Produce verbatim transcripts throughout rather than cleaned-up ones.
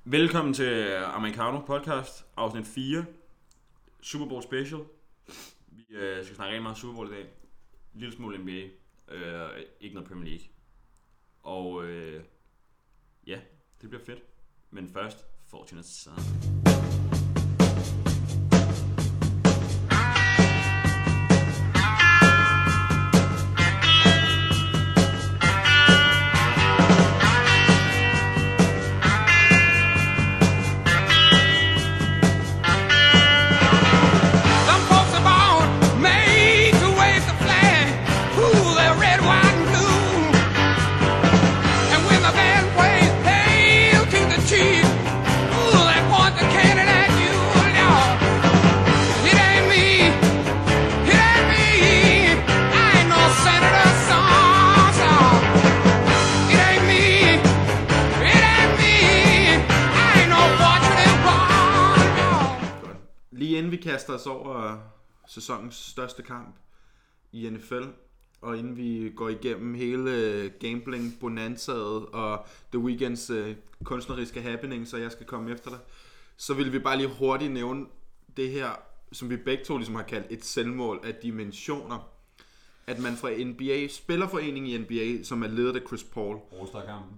Velkommen til Americano podcast, afsnit fire, Super Bowl special. Vi øh, skal snakke rigtig meget Super Bowl i dag. En lille smule N B A, øh, ikke noget Premier League. Og øh, ja, det bliver fedt. Men først, Fortunate Son. Kaster os over sæsonens største kamp i N F L, og inden vi går igennem hele gambling bonanzaet og The Weeknds øh, kunstneriske happenings, og jeg skal komme efter dig, så vil vi bare lige hurtigt nævne det her, som vi begge to ligesom har kaldt et selvmål af dimensioner, at man fra N B A, spillerforeningen i N B A, som er ledet af Chris Paul, All-Star-kampen,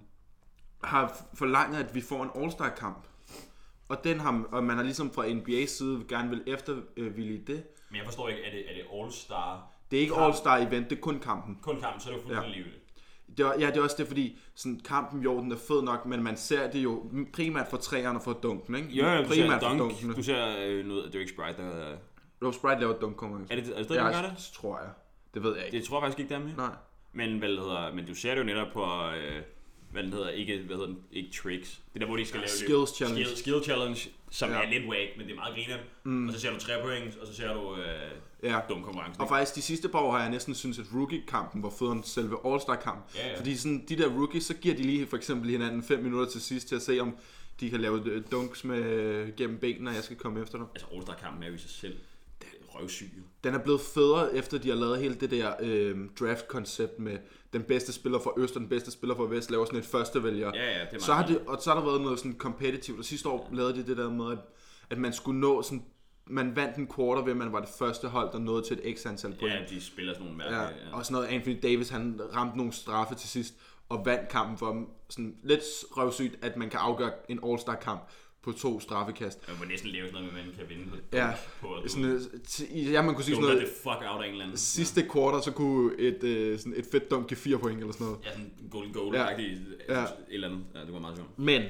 har forlanget, at vi får en All-Star-kamp. Og, den har, og man har ligesom fra N B A's side gerne vil eftervillige det. Men jeg forstår ikke, er det, er det All-Star? Det er ikke All-Star event, det er kun kampen. Kun kampen, så er det jo fuldstændig livet. Det er, ja, det er også det, fordi sådan, kampen, jo, den er fed nok, men man ser det jo primært for træerne og for dunken, ikke? Jo, ja, du primært ser dunk, du ser øh, noget af Derek Sprite, der... Rose Sprite laver dunk-konkurrence. Er det, er det stadig, ja, gør det? Tror jeg. Det ved jeg ikke. Det tror jeg faktisk ikke, der er med. Nej. Men, hvad det hedder, men du ser det jo netop på... Øh, hvad den hedder, ikke, hvad hedder den, ikke tricks. Det der, hvor de skal ja, lave skills challenge. Skill, skill challenge, som ja. er lidt wag, men det er meget griner. Mm. Og så ser du tre point, og så ser du øh, ja. dum konkurrence. Og faktisk de sidste par år har jeg næsten synes, at rookie-kampen var federe end selve All-Star-kampen. Ja, ja. Fordi sådan, de der rookies, så giver de lige for eksempel hinanden fem minutter til sidst til at se, om de kan lave dunks med gennem benene, og jeg skal komme efter dem. Altså All-Star-kampen er jo i sig selv røvsyg. Den er blevet federe, efter de har lavet hele det der øh, draft-koncept med den bedste spiller fra Øst og den bedste spiller fra Vest, laver sådan et førstevælger. Ja, ja, det er så har det, og så har der været noget sådan competitive, og sidste år ja. lavede de det der med, at, at man skulle nå sådan, man vandt en quarter ved, at man var det første hold, der nåede til et x antal point. Ja, de spiller sådan nogle mærke. Ja, ja. Og sådan noget, Anthony Davis, han ramte nogle straffe til sidst, og vandt kampen for dem. Sådan lidt røvsygt, at man kan afgøre en All-Star-kamp på to straffekast. Man må næsten lave sådan noget med, at man kan vinde på, ja, på sådan, ja, man kunne sige sådan noget. The fuck out af England. Sidste ja. quarter, så kunne et, øh, sådan et fedt dunk give fire point eller sådan noget. Ja, sådan golden goal, ja. Faktisk, ja. Et eller andet. Ja, det var meget sjovt. Men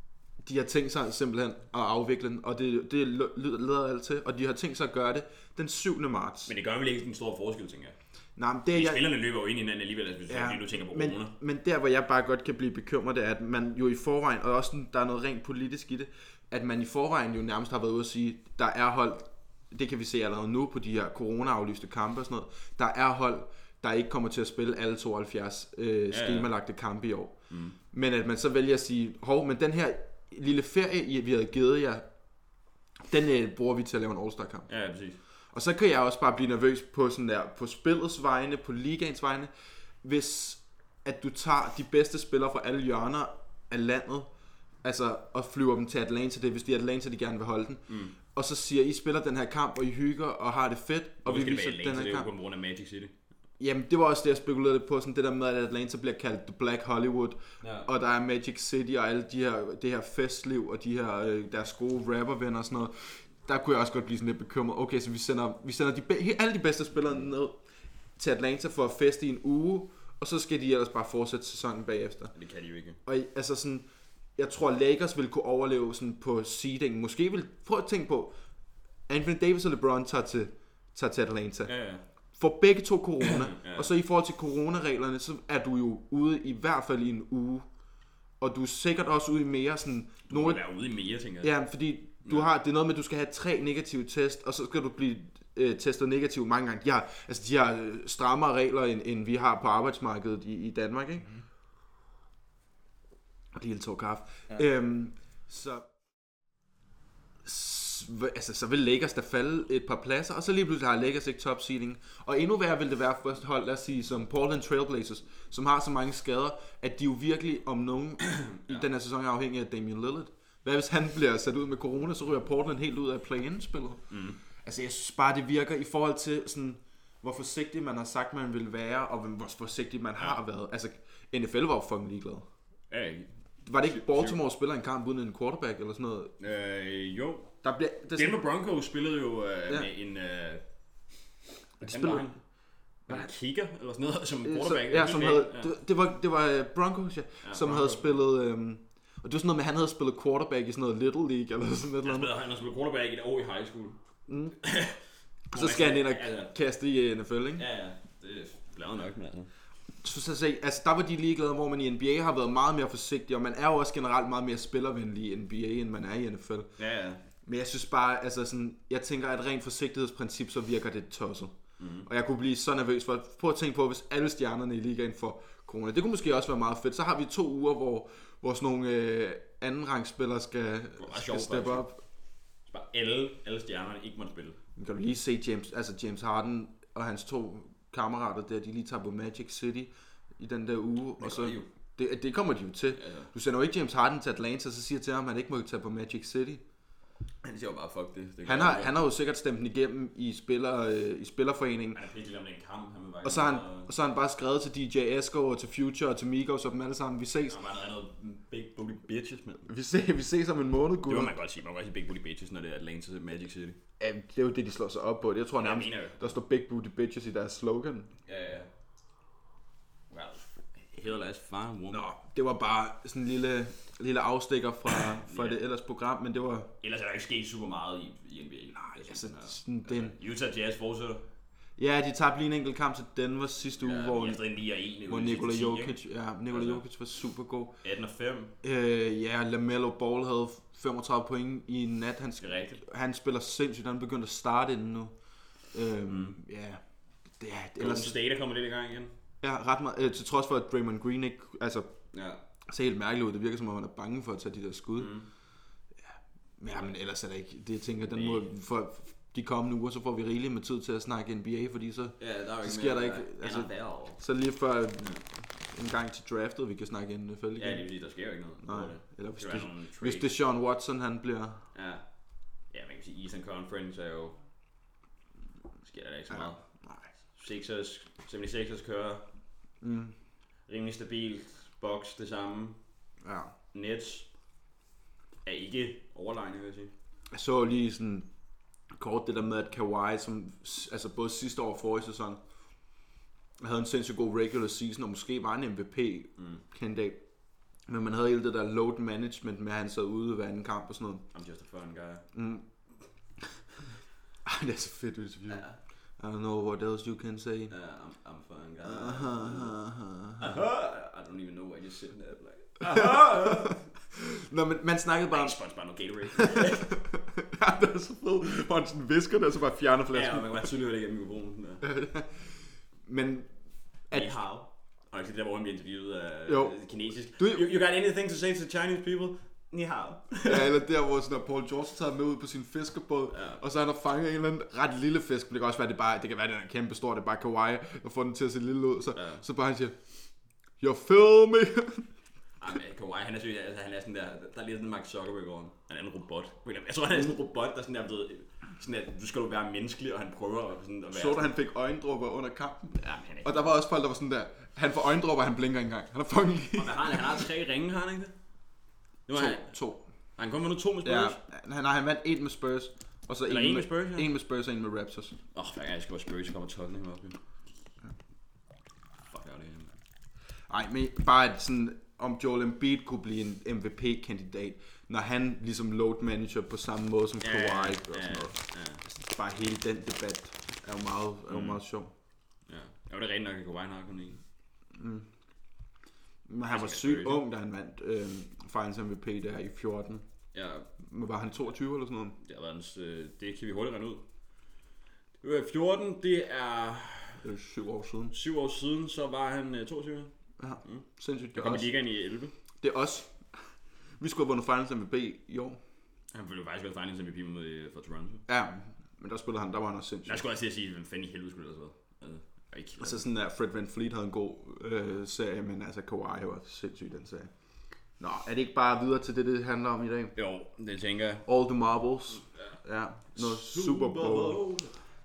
de har tænkt sig simpelthen at afvikle den, og det, det leder alt til, og de har tænkt sig at gøre det den syvende marts. Men det gør vel ikke en stor forskel, tænker jeg. Nej, men det er de jeg... spillerne løber jo ind i hinanden alligevel, hvis ja, du tænker på men, corona. Men der, hvor jeg bare godt kan blive bekymret, det er, at man jo i forvejen, og også der er noget rent politisk i det, at man i forvejen jo nærmest har været ude at sige, der er hold, det kan vi se allerede nu på de her corona-aflyste kampe og sådan noget, der er hold, der ikke kommer til at spille alle tooghalvfjerds øh, skemalagte kampe i år. Mm. Men at man så vælger at sige, hov, men den her lille ferie, vi havde givet jer, den øh, bruger vi til at lave en All-Star-kamp. Ja, ja, præcis. Og så kan jeg også bare blive nervøs på sådan der, på spillets vegne, på ligaens vegne, hvis at du tager de bedste spillere fra alle hjørner af landet, altså og flyver dem til Atlanta, det hvis de er Atlanta, de gerne vil holde den, mm. og så siger, I spiller den her kamp, og I hygger og har det fedt, og vi viser den her kamp. Det er jo på grund af Magic City. Jamen, det var også det, jeg spekulerede på, sådan det der med, at Atlanta bliver kaldt The Black Hollywood, ja. og der er Magic City og alle de her, det her festliv, og de her, øh, deres gode rappervenner og sådan noget. Der kunne jeg også godt blive sådan lidt bekymret. Okay, så vi sender, vi sender de, alle de bedste spillere ned til Atlanta for at feste i en uge, og så skal de ellers bare fortsætte sæsonen bagefter. Det kan de jo ikke. Og altså sådan, jeg tror Lakers vil kunne overleve sådan på seeding. Måske vil, prøv at tænke på, Anthony Davis og LeBron tager til, tager til Atlanta. Ja, ja. For begge to corona, ja. Og så i forhold til coronareglerne, så er du jo ude i hvert fald i en uge. Og du er sikkert også ude i mere sådan... Du må nogle... være ude i mere, tænker jeg. Ja, fordi du har, det er noget med, at du skal have tre negative test, og så skal du blive øh, testet negativt mange gange. De har, altså, de har strammere regler, end, end vi har på arbejdsmarkedet i, i Danmark, ikke? Mm-hmm. Og det er helt tår kaffe. Ja. Øhm, så... Altså, så vil Lakers da falde et par pladser, og så lige pludselig har Lakers ikke top seeding. Og endnu værre vil det være for første hold, lad os sige, som Portland Trailblazers, som har så mange skader, at de jo virkelig om nogen ja. i den her sæson er afhængige af Damian Lillard. Hvad hvis han bliver sat ud med corona, så ryger Portland helt ud af play-in-spillet? Mm. Altså, jeg synes bare, det virker i forhold til sådan, hvor forsigtig man har sagt, man vil være, og hvor forsigtig man har været. Altså, N F L var jo fucking ligeglad. Ja, var det ikke Baltimore spiller en kamp uden en quarterback eller sådan noget? Øh, jo. Der bliver, der Denver Broncos spillede jo øh, ja. med en... Øh, de spillede... Var det kicker eller sådan noget som quarterback? Så, ja, som havde, ja. Det, det, var, det var Broncos, ja, ja som Broncos. havde spillet... Øhm, og det var sådan noget med, at han havde spillet quarterback i sådan noget Little League eller sådan noget. Han spillede, han havde spillet quarterback i et år i high school. Mm. Så skal han ind og kaste i N F L, ikke? Ja, ja. Det er bladet nok, men altså... Så, så, så, altså, der var de ligeglade, hvor man i N B A har været meget mere forsigtig, og man er jo også generelt meget mere spillervenlig i N B A, end man er i N F L. Ja, ja. Men jeg synes bare, altså sådan, jeg tænker, at rent forsigtighedsprincip, så virker det tosset. Mm. Og jeg kunne blive så nervøs for, prøv at tænke på, hvis alle stjernerne i ligaen får corona. Det kunne måske også være meget fedt. Så har vi to uger, hvor, hvor sådan nogle øh, andenrangsspillere skal, skal steppe op. Så bare alle, alle stjernerne ikke måtte spille. Men kan du lige se James, altså James Harden og hans to kammerater der, de lige tager på Magic City i den der uge. Det og så, de det, det kommer de jo til. Ja, ja. Du sender jo ikke James Harden til Atlanta, så siger til ham, at han ikke må tage på Magic City. Han siger jo bare, fuck det. det han, har, han har jo sikkert stemt den igennem i, spiller, øh, i spillerforeningen. Han er virkelig om den kamp. Han og, så har han, og så har han bare skrevet til D J Esco og til Future og til Migos og dem alle sammen. Vi ses. Han har noget big booty bitches med. Vi ses, vi ses om en måned, gud. Det må man godt sige. Man kan godt sige big booty bitches, når det er Atlanta Magic City. Ja, det er jo det, de slår sig op på. Jeg tror ja, nærmest, der står big booty bitches i deres slogan. Ja, ja. Well, hell as far woman. Nå, det var bare sådan en lille, lille afstikker fra, fra yeah. det ellers program, men det var... Ellers er der ikke sket super meget i, i N B A. Nej, altså, sådan, sådan den... Altså, Utah Jazz fortsætter. Ja, de tabte lige en enkelt kamp til Denver sidste uge, ja, hvor, en, hvor Nikola Jokic, ja, Nikola Jokic var super god. atten og fem. Øh, ja, LaMelo Ball havde femogtredive point i nat. Han, han spiller sindssygt, han begyndte at starte inden nu. Øhm, mm. Ja, det er... Golden ellers... State er kommet lidt i gang igen. Ja, ret meget, øh, til trods for, at Draymond Green ikke, altså, ja. ser helt mærkeligt ud. Det virker som om, han er bange for at tage de der skud. Mm. Ja, men ellers er det ikke, det jeg tænker, den må, for de kommende uger, så får vi rigeligt med tid til at snakke N B A, fordi så, ja, der er så sker der ikke, altså, så lige før en gang til draftet, vi kan snakke N F L igen. Ja, det er fordi, der sker jo ikke noget. Nej, eller hvis det, hvis det Sean Watson, han bliver... Ja, ja, man kan sige, Eastern Conference er jo, sker der ikke så meget. Ja, nej. Sixers, seventy-sixers kører mm. rimelig stabilt, Bucks det samme. Ja. Nets er ikke overlegne, vil jeg sige. Jeg så lige sådan kort det der med, at Kawhi, som altså både sidste år og forrige sæson, havde en sindssygt god regular season, og måske var en M V P-kandidat. Mm. Men man havde hele det der load management med, at han sad ude hver anden kamp og sådan noget. I'm just a fun guy. Mm. Ej, det er så fedt interview. Ja. I don't know what else you can say. Yeah, I'm, I'm a fun guy. Uh-huh, uh-huh, uh-huh. I don't even know why you're sitting there like... Uh-huh. Nå, men man snakkede bare om... Spons bare noget Gatorade. Ja, det er så fedt. Hvor han sådan visker der, så bare fjerner flasken. Ja, man kan bare tydeligt høre det igennem mikrofonen. Men... At... Ni hao. Og det der, hvor han bliver interviewet af jo. kinesisk. Du... You, you got anything to say to Chinese people? Ni hao. Ja, eller der, hvor sådan, Paul George tager med ud på sin fiskerbåd, ja. Og så han har fanget en eller anden ret lille fisk, men det kan også være, det bare, det kan være, den er kæmpe stor, det er bare Kawhi, der får den til at se lille ud, så, ja. Så bare han siger, you feel me? Ej, men Kawhi, han er, syg, altså, han er sådan der, der er lige sådan en Mark Zuckerberg over. Han er en robot. Jeg tror, han er sådan en robot, der sådan er blevet, sådan at du skal jo være menneskelig, og han prøver sådan at være... Så du, han fik øjendrupper under kampen? Ja, men han er... Og der var også folk, der var sådan der, han får øjendrupper, han blinker engang. Han er fucking lige... Og hvad har han? Han har tre ringe, har han ikke det? Nu to, han... to. Han kom med to med Spurs? Ja, han har han vandt en med Spurs, og så en, en med Spurs, ja. En med Spurs og en med Raptors. Åh, oh, hver gang jeg skal være Spurs, så kommer Tottenham op. Ja. Fuck, jeg er det her. Ej, men bare sådan, om Joel Embiid kunne blive en M V P-kandidat, når han ligesom load manager på samme måde som Kawhi ja, og sådan ja, noget. Ja. Bare hele den debat er jo meget, er jo mm. meget sjov. Ja, jeg var det rent nok, at Kawhi har kun en. Mm. Men han var sygt ung, da han vandt øh, Finals M V P der i fjorten. Ja. Men var han toogtyve eller sådan noget? Det, har været hans, øh, det kan vi hurtigt rende ud. Det var fjorten, det er... Det er syv år siden. Syv år siden, så var han øh, toogtyve. Ja, mm. Sindssygt. Jeg kom i ligaen i elleve. Det er os. Vi skulle have vundet Finals M V P i år. Han ville jo faktisk være Finals M V P mod for Toronto. Ja, men der spillede han, der var han også sindssygt. Jeg skulle også til at sige, hvem fanden i helvede skulle det have været. Ikke, og så sådan der, Fred VanVleet havde en god øh, serie, men altså Kawhi var sindssygt den serie. Nå, er det ikke bare videre til det, det handler om i dag? Jo, det tænker jeg. All the marbles. Ja, ja. Noget Super Bowl.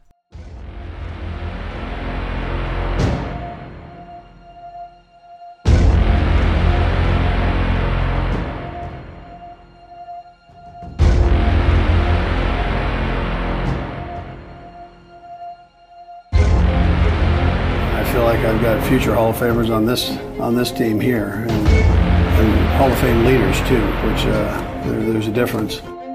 I feel like I've got future Hall of Famers on this on this team here, and, and Hall of Fame leaders too, which uh, there, there's a difference.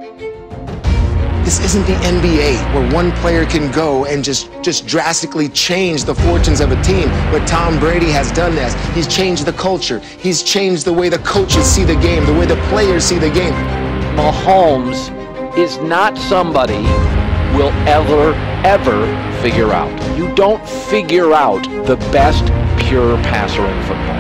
This isn't the N B A where one player can go and just, just drastically change the fortunes of a team. But Tom Brady has done this. He's changed the culture. He's changed the way the coaches see the game, the way the players see the game. Mahomes is not somebody will ever, ever figure out. You don't figure out the best pure passer in football.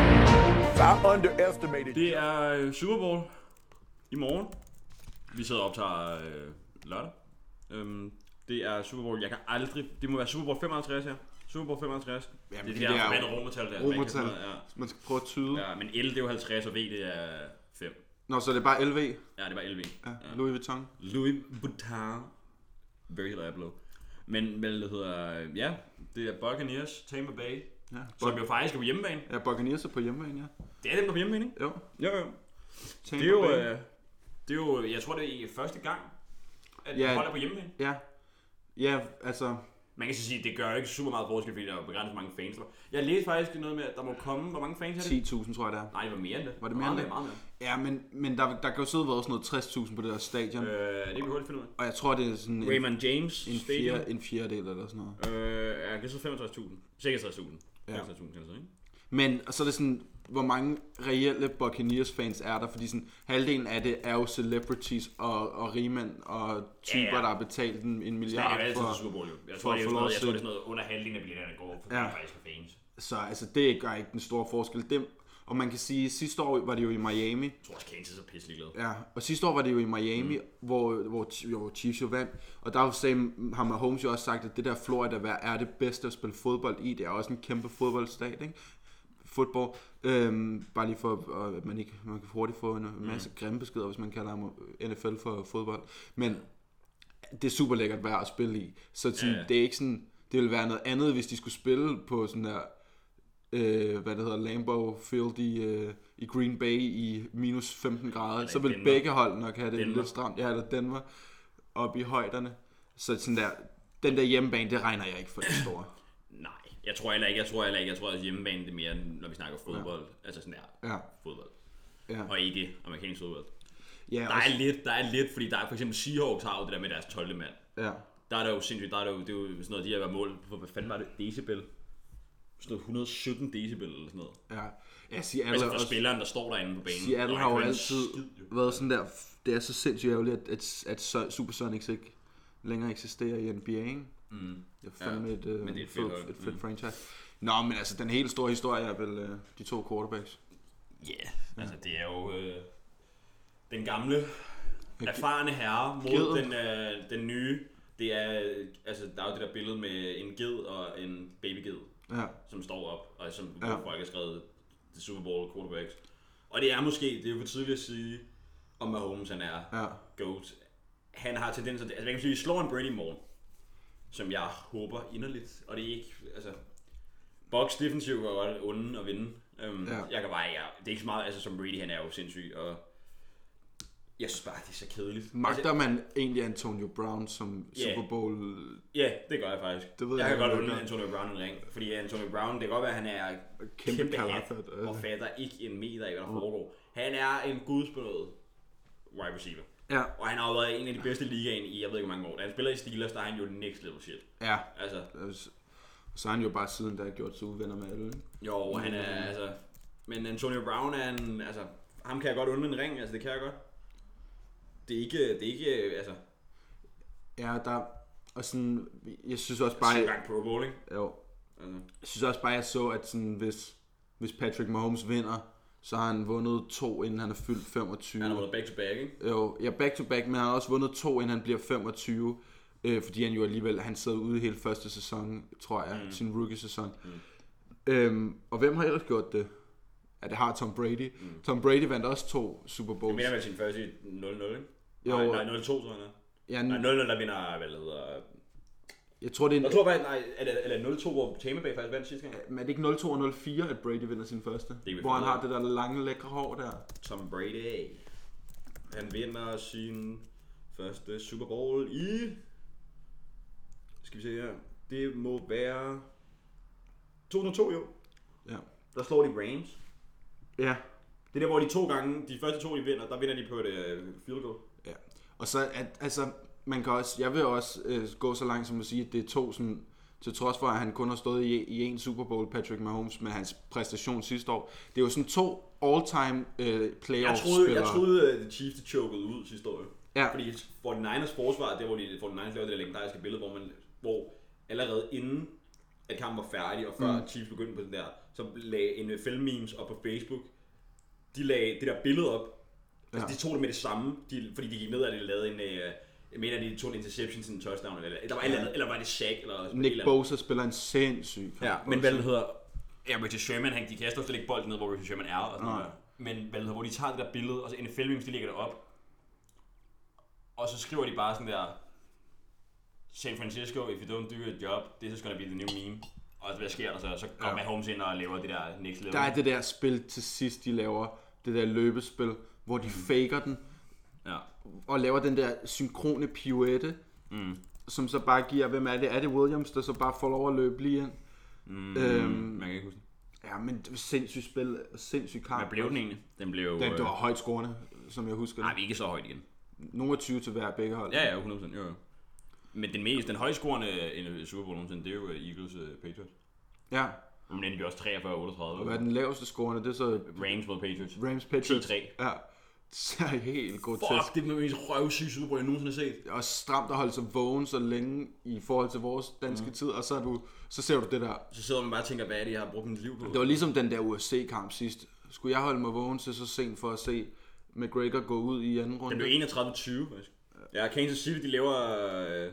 I underestimated. Det er Super Bowl i morgen. Vi sidder og optager øh, lørdag. Øhm, det er Super Bowl. Jeg kan aldrig... Det må være Super Bowl femoghalvtreds her. Super Bowl femoghalvtreds. Jamen, det er det de der er forbandede romertal der. Romertal. Man, ja. Man skal prøve at tyde. Ja, men L det er jo halvtreds, og V det er fem. Nå, så det er bare L V? Ja, det er bare L V. Ja, ja. Louis Vuitton. Louis Vuitton. Virgil Abloh. Men hvad det hedder... Ja, det er Buccaneers, Tampa Bay. Ja, som jo faktisk er på hjemmebane. Ja, Buccaneers er på hjemmebane, ja. Det er dem, der er på hjemmebane, ikke? Jo. Jo, jo. Tampa det er jo... Bay. Øh, det er jo... Jeg tror, det er første gang, at ja, de holder på hjemmebane. Ja. Ja, altså... Man kan så sige, at det gør jo ikke super meget forskel, fordi der er begrænset mange fans. Jeg læste faktisk noget med, at der må komme... Hvor mange fans er det? ti tusind, tror jeg, det er. Nej, det var mere end det. Var det mere end det? Meget mere. Ja, men, men der, der kan jo sidde været sådan noget tres tusind på det der stadion. Øh, det kan vi hurtigt finde ud af. Og jeg tror, det er sådan... Raymond James en, Stadium. Fjerde, en fjerdedel eller sådan noget. Øh, ja, det er så femogtres tusind. seksogtres tusind. Ja. seksogtres tusind, kan jeg så, ikke? Men så er det sådan, hvor mange reelle Buccaneers fans er der? Fordi sådan, halvdelen af det er jo celebrities og, og rigmænd og typer, ja, ja. der har betalt en, en milliard for... Det er jo altid for Super Bowl, jo. Jeg tror, det er, noget, jeg tror, det er sådan noget under halvdelen af billetterne, der går for ja. faktisk for fans. Så altså, det gør ikke den store forskel. Dem, og man kan sige, sidste år var det jo i Miami. Jeg tror også, Kansas er pisselig glad. Ja, og sidste år var det jo i Miami, mm. hvor, hvor, hvor Chiefs jo vandt. Og der sagde, har Mahomes jo også sagt, at det der Florida er det bedste at spille fodbold i. Det er også en kæmpe fodboldstat, ikke? Football. Øhm, bare lige for, at man ikke man kan hurtigt få en masse mm. grimme beskeder, hvis man kalder N F L for fodbold. Men det er super lækkert vejr at spille i. Så sådan, yeah. det er ikke sådan, det ville være noget andet, hvis de skulle spille på sådan der, øh, hvad det hedder, Lambeau Field i, øh, i Green Bay i minus femten grader. Ja, så vil Denver. Begge hold nok have det Denver. Lidt stramt. Ja, eller Denver oppe i højderne. Så sådan der, den der hjemmebane, det regner jeg ikke for det store. Nej, jeg tror heller ikke, jeg tror heller ikke, jeg tror at hjemmebane det er mere, når vi snakker fodbold, ja. Altså sådan der ja. Fodbold, ja. Og ikke amerikansk fodbold. Ja, der også... er lidt, der er lidt, fordi der er for eksempel Seahawks har jo det der med deres tolvte mand. Ja. Der er der jo sindssygt, der er der jo, det er jo sådan noget, de har været mål på, hvad fanden var det, decibel? Sådan noget et hundrede og sytten decibel eller sådan noget. Ja, ja Seattle altså for også... spilleren, der står derinde på banen. Seattle har jo altid skid, jo. været sådan der, det er så sindssygt ærgerligt, at, at, at Supersonics ikke længere eksisterer i N B A, ikke? Mm. Det er fandme ja, et, uh, et, et fedt, et fedt mm. franchise. Nå, men altså, den helt store historie er vel uh, de to quarterbacks. Yeah, ja, altså det er jo uh, den gamle, erfarne herre mod den, uh, den nye. Det er, altså, der er jo det der billede med en ged og en babyged, ja. Som står op, og som ja. Folk har skrevet til Super Bowl quarterbacks. Og det er måske, det er jo for tidligt at sige, om Mahomes han er ja. GOAT. Han har tendenser, altså man kan sige, slår en Brady i morgen, som jeg håber inderligt, og det er ikke, altså, Bucks defensiv var godt onde at vinde. Um, ja. Jeg kan bare, ja, det er ikke så meget, altså som Brady, han er jo sindssyg, og jeg synes bare, det er så kedeligt. Magter altså, man egentlig Antonio Brown som yeah. Super Bowl? Ja, yeah, det gør jeg faktisk. Det ved jeg, jeg kan godt undre Antonio Brown en ring, fordi Antonio Brown, det kan godt være, at han er kæmpe, kæmpe hat, og fatter ikke en meter i, hvad der foregår. Han er en gudsbenået wide receiver. Ja. Og han har jo været en af de bedste ligaen i, jeg ved ikke hvor mange år. Da han spiller i Steelers, der er han jo next level shit. Ja. Altså. Så har han jo bare siden, der har gjort sig uvenner med alle. Jo, og han er, altså. Men Antonio Brown er en, altså, ham kan jeg godt undre en ring, altså det kan jeg godt. Det er ikke, det er ikke, altså. Ja, der, og sådan, jeg synes også bare. Syv gange Pro Bowl, ikke? Jo. Altså. Jeg synes også bare, jeg så, at sådan, hvis, hvis Patrick Mahomes vinder, så har han vundet to, inden han er fyldt femogtyve. Han har vundet back to back, ikke? Jo, ja, back to back, men han har også vundet to, inden han bliver femogtyve. Øh, fordi han jo alligevel, han sad ude hele første sæson, tror jeg, mm. sin rookie-sæson. Mm. Øhm, og hvem har ellers gjort det? at det har Tom Brady. Mm. Tom Brady vandt også to Super Bowls. Jeg mener vel sin første nul nul, ikke? Jo. Nej, nej, nul to, tror jeg. Ja, nej, nul nul, der vinder, hvad det hedder... Jeg tror, det er... Jeg tror bare, nej, er det, eller nul to, hvor Tampa Bay faktisk vandt sidste gang? Men er det ikke nul to og nul fire, at Brady vinder sin første? Hvor han har det der lange, lækre hår der. Tom Brady. Han vinder sin første Super Bowl i... Skal vi se her. Det må være... to tusind og to, jo. Ja. Der slår de Rams. Ja. Det er der, hvor de to gange, de første to, de vinder, der vinder de på et uh, field goal. Ja. Og så, at, altså, man kan også, jeg vil også øh, gå så langt som at sige, at det er to sådan, til trods for, at han kun har stået i, i en Super Bowl, Patrick Mahomes, med hans præstation sidste år. Det er jo sådan to all-time øh, playoff-spillere. Jeg troede, at The Chiefs de chokede ud sidste år. Ja. Fordi forty-niners forsvar, der hvor de forty-niners lavede det legendariske billede, hvor, man, hvor allerede inden at kampen var færdig, og før mm. Chiefs begyndte på den der, så lagde N F L memes op på Facebook. De lagde det der billede op. Ja. Altså, de tog det med det samme, de, fordi de gik ned, og de lavede en... Øh, jeg mener, de tog en interception til en touchdown, eller, der var ja. eller, eller var det sack, eller... Nick eller Bosa spiller en sindssyg kamp. Ja, men hvad det hedder... Ja, Richard Sherman, han, de kaster slet ikke bolden ned, hvor Richard Sherman er, og sådan noget. Men hvad det hedder, hvor de tager det der billede, og så N F L memes, de lægger det op. Og så skriver de bare sådan der... San Francisco, if you don't do your job, this is gonna be the new meme. Og hvad sker der så? Så kommer ja. Mahomes ind og laver det der next level. Der er det der spil til sidst, de laver. Det der løbespil, hvor de mm. faker den. Ja. Og laver den der synkrone pirouette. Mm. Som så bare giver, hvem er det? Er det Williams, der så bare får lov at løbe lige ind? Mm, øhm, man kan ikke huske det. Ja, men sindssygt spil, sindssygt kamp. Hvad blev den egentlig? Den blev... Den, det var højt scorende, som jeg husker. Nej, vi er ikke så højt igen. Nogle tyve til hver begge hold. Ja, ja, hundrede procent. Jo, jo. Men den mest, den højscorende Super Bowl nogensinde, det er jo Eagles uh, Patriots. Ja. Men endte jo også treogfyrre otteogtredive. Og hvad er den laveste scorende? Det er så... Rams mod Patriots. Rams Patriots. ti tre. Ja. Det er helt grotesk. Fuck, det er den mest røvsyge Super Bowl, jeg nogensinde har set. Det er også stramt at holde sig vågen så længe i forhold til vores danske mm. tid, og så, er du, så ser du det der. Så sidder man bare og tænker, hvad er det, jeg har brugt mit liv på? Det var ligesom den der U F C-kamp sidst. Skulle jeg holde mig vågen til så sent for at se McGregor gå ud i anden runde? Det blev enogtredive tyve, faktisk. Ja, Kansas City, de laver øh,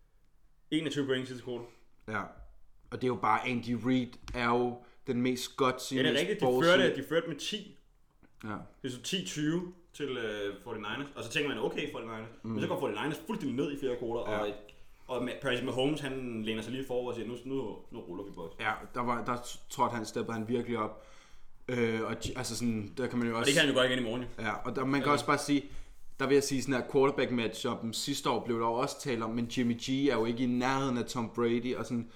enogtyve point sidste kort. Ja, og det er jo bare, Andy Reid er jo den mest gutsy. Ja, det er rigtigt, de førte, de førte med ti. Ja. Det er så ti tyve til uh, forty-niners, og så tænker man, okay, forty-niners. Mm. Men så går forty-niners fuldstændig ned i fjerde kvarter, ja. og, og Patrick Mahomes, han læner sig lige forover og siger, nu, nu, nu ruller vi boys. Ja, der, var, der trådte han, steppede han virkelig op. Øh, og altså sådan, der kan man jo også... Og det kan han jo godt igen i morgen. Ja, og der, man kan ja. også bare sige, der vil jeg sige sådan her quarterback matchupen sidste år blev der også talt om, men Jimmy G er jo ikke i nærheden af Tom Brady, og sådan...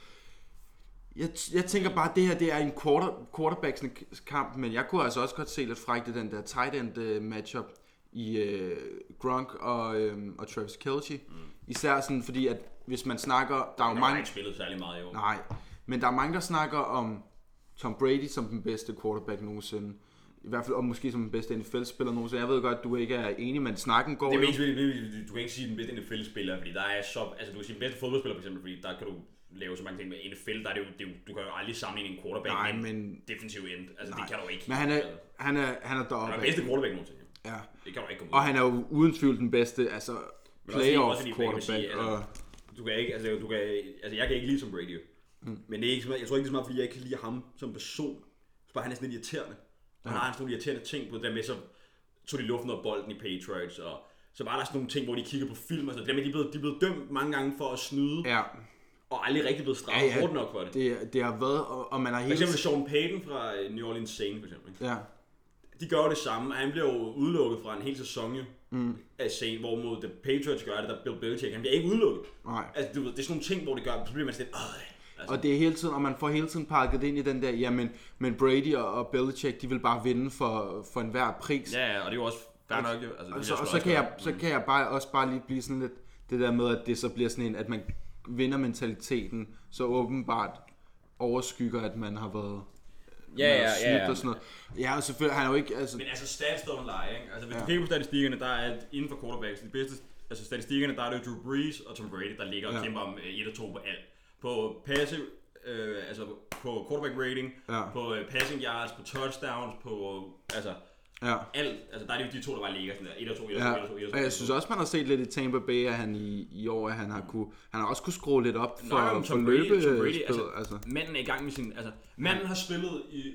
Jeg, jeg tænker bare, at det her det er en quarter, quarterbacks kamp, men jeg kunne altså også godt se lidt frækt i den der tight end uh, matchup i uh, Gronk og, um, og Travis Kelce. Mm. Især sådan, fordi at hvis man snakker... Der er jo mange... har ikke spillet særlig meget i år. Nej, men der er mange, der snakker om Tom Brady som den bedste quarterback nogensinde. I hvert fald, og måske som den bedste N F L-spiller nogensinde. Jeg ved godt, at du ikke er enig, men snakken går... Det er mest vildt, du kan ikke sige den bedste N F L-spiller, fordi der er så... Altså, du kan sige den bedste fodboldspiller, for eksempel, fordi der kan du lave så mange ting med N F L, der er det jo, det er jo, du kan jo aldrig sammenligne en quarterback nej, med men, en defensiv end. Altså, nej, det kan du ikke. Men han er, han er, han er deroppe. Han er bedste quarterback nogensinde. Ja. Det kan du ikke komme ud. Og han er jo uden tvivl den bedste, altså playoff quarterback. Sige, altså, og... Du kan ikke, altså, du kan, altså jeg kan ikke lide som Brady. Hmm. Men det er ikke, jeg tror ikke det er så meget, fordi jeg ikke kan lide ham som person. Så bare han er sådan lidt irriterende. Og han har sådan nogle irriterende ting på det der med, så tog de luften af bolden i Patriots, og så var der sådan nogle ting, hvor de kigger på film og sådan. Det med, de er blevet, de er blevet dømt mange gange for at snyde. Ja. Og aldrig rigtig blevet straffet ja, ja. hårdt nok for det. det. Det har været, og, og man har helt... For eksempel Sean Payton fra New Orleans Saints, for eksempel. Ja. De gør det samme, og han bliver jo udelukket fra en hel sæson jo, mm. af Saints, hvorimod The Patriots gør det, der Bill Belichick, han bliver ikke udelukket. Nej. Altså, du ved, det er sådan nogle ting, hvor det gør, så bliver man sådan lidt, altså. Og det er hele tiden, og man får hele tiden pakket ind i den der, jamen, men Brady og, og Belichick, de vil bare vinde for, for enhver pris. Ja, ja, og det er jo også fair nok jo. Altså, og så, og så, kan jeg, så kan jeg bare også bare lige blive sådan lidt, det der med, at det så bliver sådan en, at man vinder mentaliteten, så åbenbart overskygger, at man har været ja, ja, ja, ja. og sådan noget. Ja, og selvfølgelig, han er jo ikke... Altså... Men altså, stats don't lie, ikke? Altså, hvis ja. du kigger på statistikkerne, der er inden for quarterbacks, de bedste, altså statistikkerne, der er det jo Drew Brees og Tom Brady, der ligger og ja. kæmper om et og to på alt. På passive, øh, altså på quarterback rating, ja. på uh, passing yards, på touchdowns, på, altså... Ja. Alt, altså der er det jo de to, der bare ligger sådan der, et og to, et og to, et og to, et og to. Jeg synes også, man har set lidt i Tampa Bay, at han i, i år, at han har, kunne, han har også kunne skrue lidt op for, Nå, for løbespil. Altså, altså. Manden er i gang med sin, altså, manden har spillet i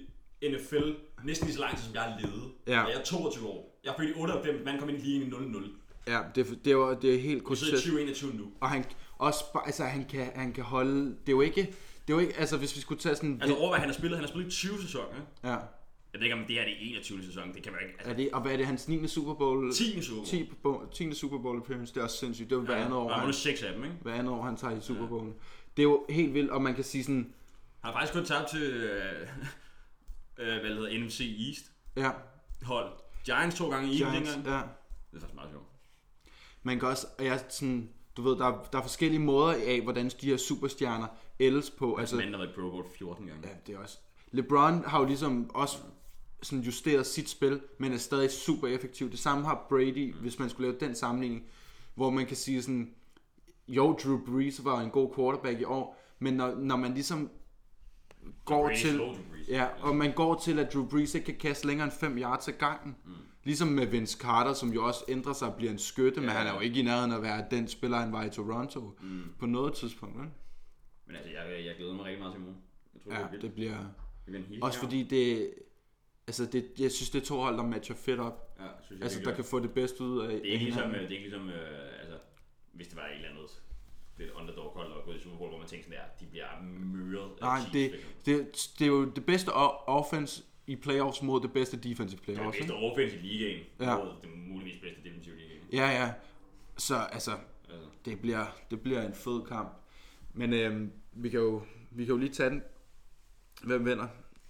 N F L næsten lige så lang tid, som jeg har levet. Ja. Og jeg er toogtyve år. Jeg er født i otteoghalvfems, man kom ind i ligaen i nul nul. Ja, det, det, er, det er helt grotesk. Jeg sidder i tyve enogtyve nu. Og han, også, altså, han, kan, han kan holde... Det er jo ikke... Det er jo ikke... Altså, hvis vi skulle tage sådan... Altså, overvej, han har spillet. Han har spillet i tyve sæsoner. Ja. Jeg ved ikke, om det er det enogtyvende sæson. Det kan man ikke... Altså. Er det, og hvad er det? Hans niende Super Bowl? tiende Super Bowl. tiende Super Bowl appearance. Det er også sindssygt. Det er jo hver ja, andet år. Der er han, seks af dem, ikke? Hver andet år, han tager i Super Bowl. Ja. Det er jo helt vildt, og man kan sige sådan... Han har faktisk kun tabt til... Øh, øh, hvad hedder N F C East. Ja. Hold. Giants to gange i Giants, ja. Det er faktisk meget sjovt. Man kan også... Jeg sådan... Du ved, der er, der er forskellige måder af, hvordan de her superstjerner ældes på. Altså, manden har været Pro Bowl fjorten gange. Ja, det er også... LeBron har jo ligesom også sådan justeret sit spil, men er stadig super effektiv. Det samme har Brady, mm. hvis man skulle lave den sammenligning, hvor man kan sige sådan, jo, Drew Brees var en god quarterback i år, men når, når man ligesom går til... Ja, og man går til, at Drew Brees ikke kan kaste længere end fem yards ad gangen. Mm. Ligesom med Vince Carter, som jo også ændrer sig og bliver en skytte, ja, men han er jo ikke i nærheden af at være den spiller, han var i Toronto mm. på noget tidspunkt. Ikke? Men altså, jeg, jeg glæder mig rigtig meget til morgen. Jeg tror, ja, det, det bliver... Det bliver også fordi det... Altså, det, jeg synes, det er to hold, der matcher fedt op. Ja, synes jeg, altså, der gør. Kan få det bedste ud af... Det er ikke ligesom, det er ikke ligesom øh, altså, hvis det var et eller andet lidt underdog-hold og gået i Super Bowl, hvor man tænker sådan der, de bliver møret. Nej, det, det, det er jo det bedste offense i playoffs mod det bedste defensive playoffs. Det er det bedste offense i ligaen ja. mod det muligvis bedste defensive ligaen. Ja, ja. Så altså, altså. Det, bliver, det bliver en fed kamp. Men øhm, vi, kan jo, vi kan jo lige tage den. Hvem vinder?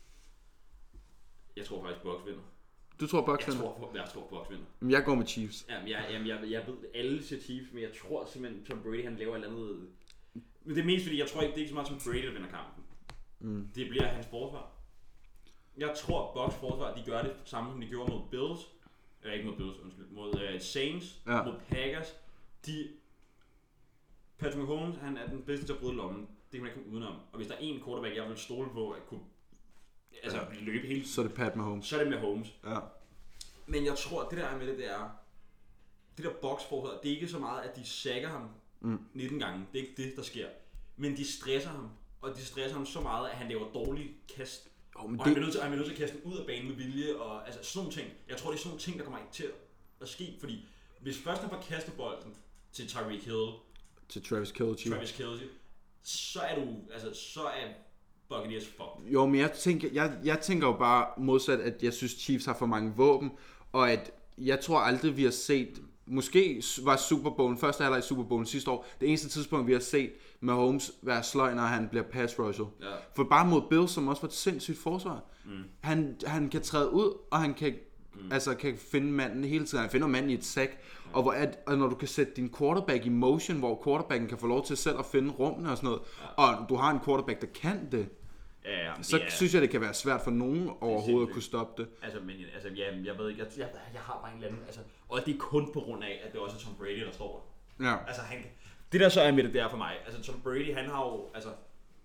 Jeg tror faktisk, Bucks vinder. Du tror, Bucks jeg vinder? Tror, jeg tror, Bucks vinder. Men jeg går med Chiefs. Jamen, jeg, jamen, jeg, jeg ved, alle siger Chiefs, men jeg tror simpelthen, Tom Brady han laver et eller andet... Men det er mest fordi, jeg tror ikke, det er ikke så meget som Brady, der vinder kampen. Mm. Det bliver hans forsvar. Jeg tror, Bucks forsvar, de gør det samme, som de gjorde mod Bills. Eller ikke mod Bills, undskyld. Mod uh, Saints, ja. Mod Packers. De... Patrick Mahomes, han er den bedste til at bryde lommen. Det kan man ikke komme udenom. Og hvis der er en quarterback, jeg vil stole på at kunne altså, ja. løbe helt... Så er det Pat Mahomes. Så er det med Mahomes. Ja. Men jeg tror, det der er med det, det er... Det der box-forsvar, det er ikke så meget, at de sacker ham mm. nitten gange. Det er ikke det, der sker. Men de stresser ham. Og de stresser ham så meget, at han laver dårlige kast. Oh, men og det... han, bliver nødt til, han bliver nødt til at kaste ud af banen med vilje. Og altså sådan nogle ting. Jeg tror, det er sådan nogle ting, der kommer ikke til at ske. Fordi hvis først han får kastet bolden til Tyreek Hill... Til Travis Kelce. Travis Kelce. Så er du... Altså, så er... Buccaneers fuck. Jo, men jeg tænker, jeg, jeg tænker jo bare modsat, at jeg synes, Chiefs har for mange våben, og at jeg tror aldrig, vi har set, måske var Super Bowl, første halvleg i Super Bowl sidste år, det eneste tidspunkt, vi har set Mahomes være sløj, når han bliver pass rusher. Ja. For bare mod Bills, som også var et sindssygt forsvar. Mm. Han, han kan træde ud, og han kan, mm. altså, kan finde manden hele tiden. Han finder manden i et sack, ja. og, hvor at, og når du kan sætte din quarterback i motion, hvor quarterbacken kan få lov til selv at finde rummene og sådan noget, ja. og du har en quarterback, der kan det, Ja, ja, så er, synes jeg, det kan være svært for nogen overhovedet at kunne stoppe det. Altså, men altså, ja, jeg ved ikke, jeg, jeg, jeg har bare en eller anden, altså, og det er kun på grund af, at det også er Tom Brady, der står der. Ja. Altså, han, det der så er med det der for mig, altså Tom Brady, han har jo, altså,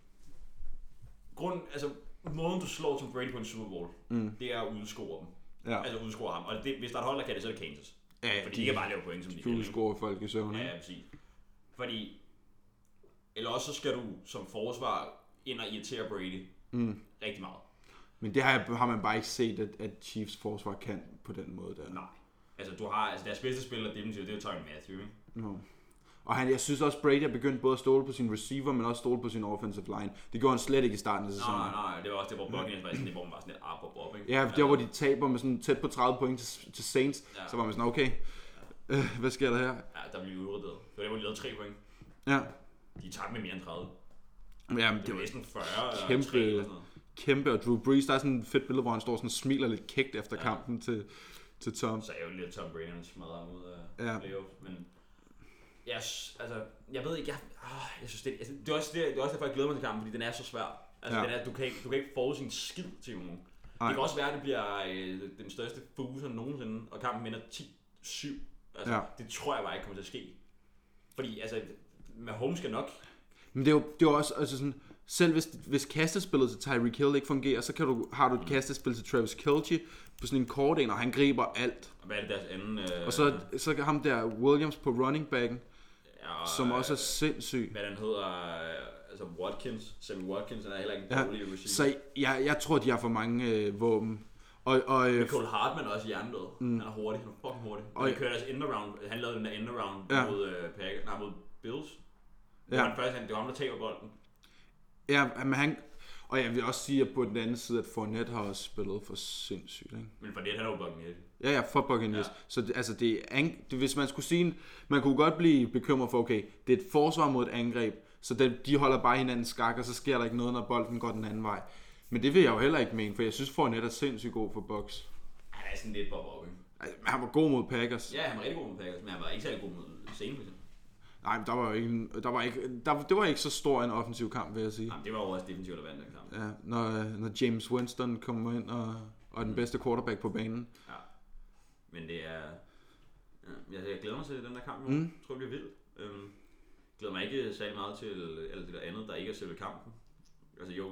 grund, altså, måden du slår Tom Brady på en Super Bowl, mm. det er at udscore dem. Ja. Altså udscore ham, og det, hvis der er et hold, der kan det, så er det Kansas. Ja, ja, fordi de, de kan bare lave point, som de kan. Du udscore folk i søvn, ja, ja, præcis. Fordi, eller også så skal du som forsvar ind og irritere Brady. Mm. Rigtig meget. Men det har, har man bare ikke set, at, at Chiefs forsvar kan på den måde der. Nej. Altså, du har, altså deres bedste spiller, det er jo Tyrann Mathieu, ikke? No. Og han, jeg synes også, Brady har begyndt både at stole på sin receiver, men også stole på sin offensive line. Det gjorde han slet ikke i starten af sæsonen. Nej, nej, det var også det, hvor Buccaneers var sådan det, hvor man var sådan lidt op og op, ikke? Ja, der hvor de taber med sådan tæt på tredive point til, til Saints, ja. Så var man sådan, okay, ja. øh, hvad sker der her? Ja, der blev udryddet. Det var det, hvor de lavede tre point. Ja. De tabte med mere end tredive. Jamen, det, det var næsten fyrre kæmpe, eller tre eller sådan noget. Kæmpe, og Drew Brees, der er sådan et fedt billede, hvor han står sådan og smiler lidt kægt efter ja. kampen til, til Tom. Så er jo lidt Tom Brady, han smadrer ham ud af ja. playoff, men jeg, altså, jeg ved ikke, jeg, åh, jeg synes det, altså, det, er også det, det er også derfor, jeg glæder mig til kampen, fordi den er så svær. Altså, ja. den er, du, kan ikke, du kan ikke forudse en skid til nogen. Det kan også være, at det bliver øh, den største fuser nogensinde, og kampen vinder ti syv. Altså, ja. Det tror jeg bare ikke kommer til at ske. Fordi, altså, Mahomes skal nok. Men det er jo, det er jo også, altså sådan, selv hvis, hvis kastespillet til Tyreek Hill ikke fungerer, så kan du, har du et kastespil til Travis Kelce på sådan en kort en, og han griber alt. Og hvad er det deres anden? Øh... Og så, så ham der Williams på running backen, ja, som også er sindssyg. Hvad den hedder? altså Watkins, Sammy Watkins, han er heller ikke en ja. dårlig receiver. Så jeg, jeg tror, de har for mange øh, våben. Og, og, øh, Cole Hartman er også hjernedød. Mm. Han er hurtig, han er fucking hurtig. Og han kører deres end-around, han lavede den der end-around ja. mod, øh, Packers, nej, mod Bills. Det var ja. han først, det var ham, der taber bolden. Ja, men han... Og jeg vil også sige, at på den anden side, at Fournette har også spillet for sindssygt, ikke? Men Fournette, han er jo Buccaneers. Ja, ja, for Buccaneers. Ja. Så det, altså, det er, det, hvis man skulle sige, man kunne godt blive bekymret for, okay, det er et forsvar mod et angreb, så det, de holder bare hinanden skak, og så sker der ikke noget, når bolden går den anden vej. Men det vil jeg jo heller ikke mene, for jeg synes, Fournette er sindssygt god for Bucs. Han er sådan lidt bob-op, ikke? Altså, han var god mod Packers. Ja, han var rigtig god mod Packers, men han var ikke særlig god mod Saints. Nej, men der var jo ikke, der var ikke, der, det var ikke så stor en offensiv kamp, vil jeg sige. Jamen, det var jo også defensivt at vande den kamp. Ja, når, når James Winston kommer ind og, og er den bedste quarterback på banen. Ja, men det er... Ja, jeg glæder mig til den der kamp. Mm. Jeg tror, det bliver vildt. Øhm, glæder mig ikke særlig meget til alt det der andet, der ikke er selve kampen. Altså jo...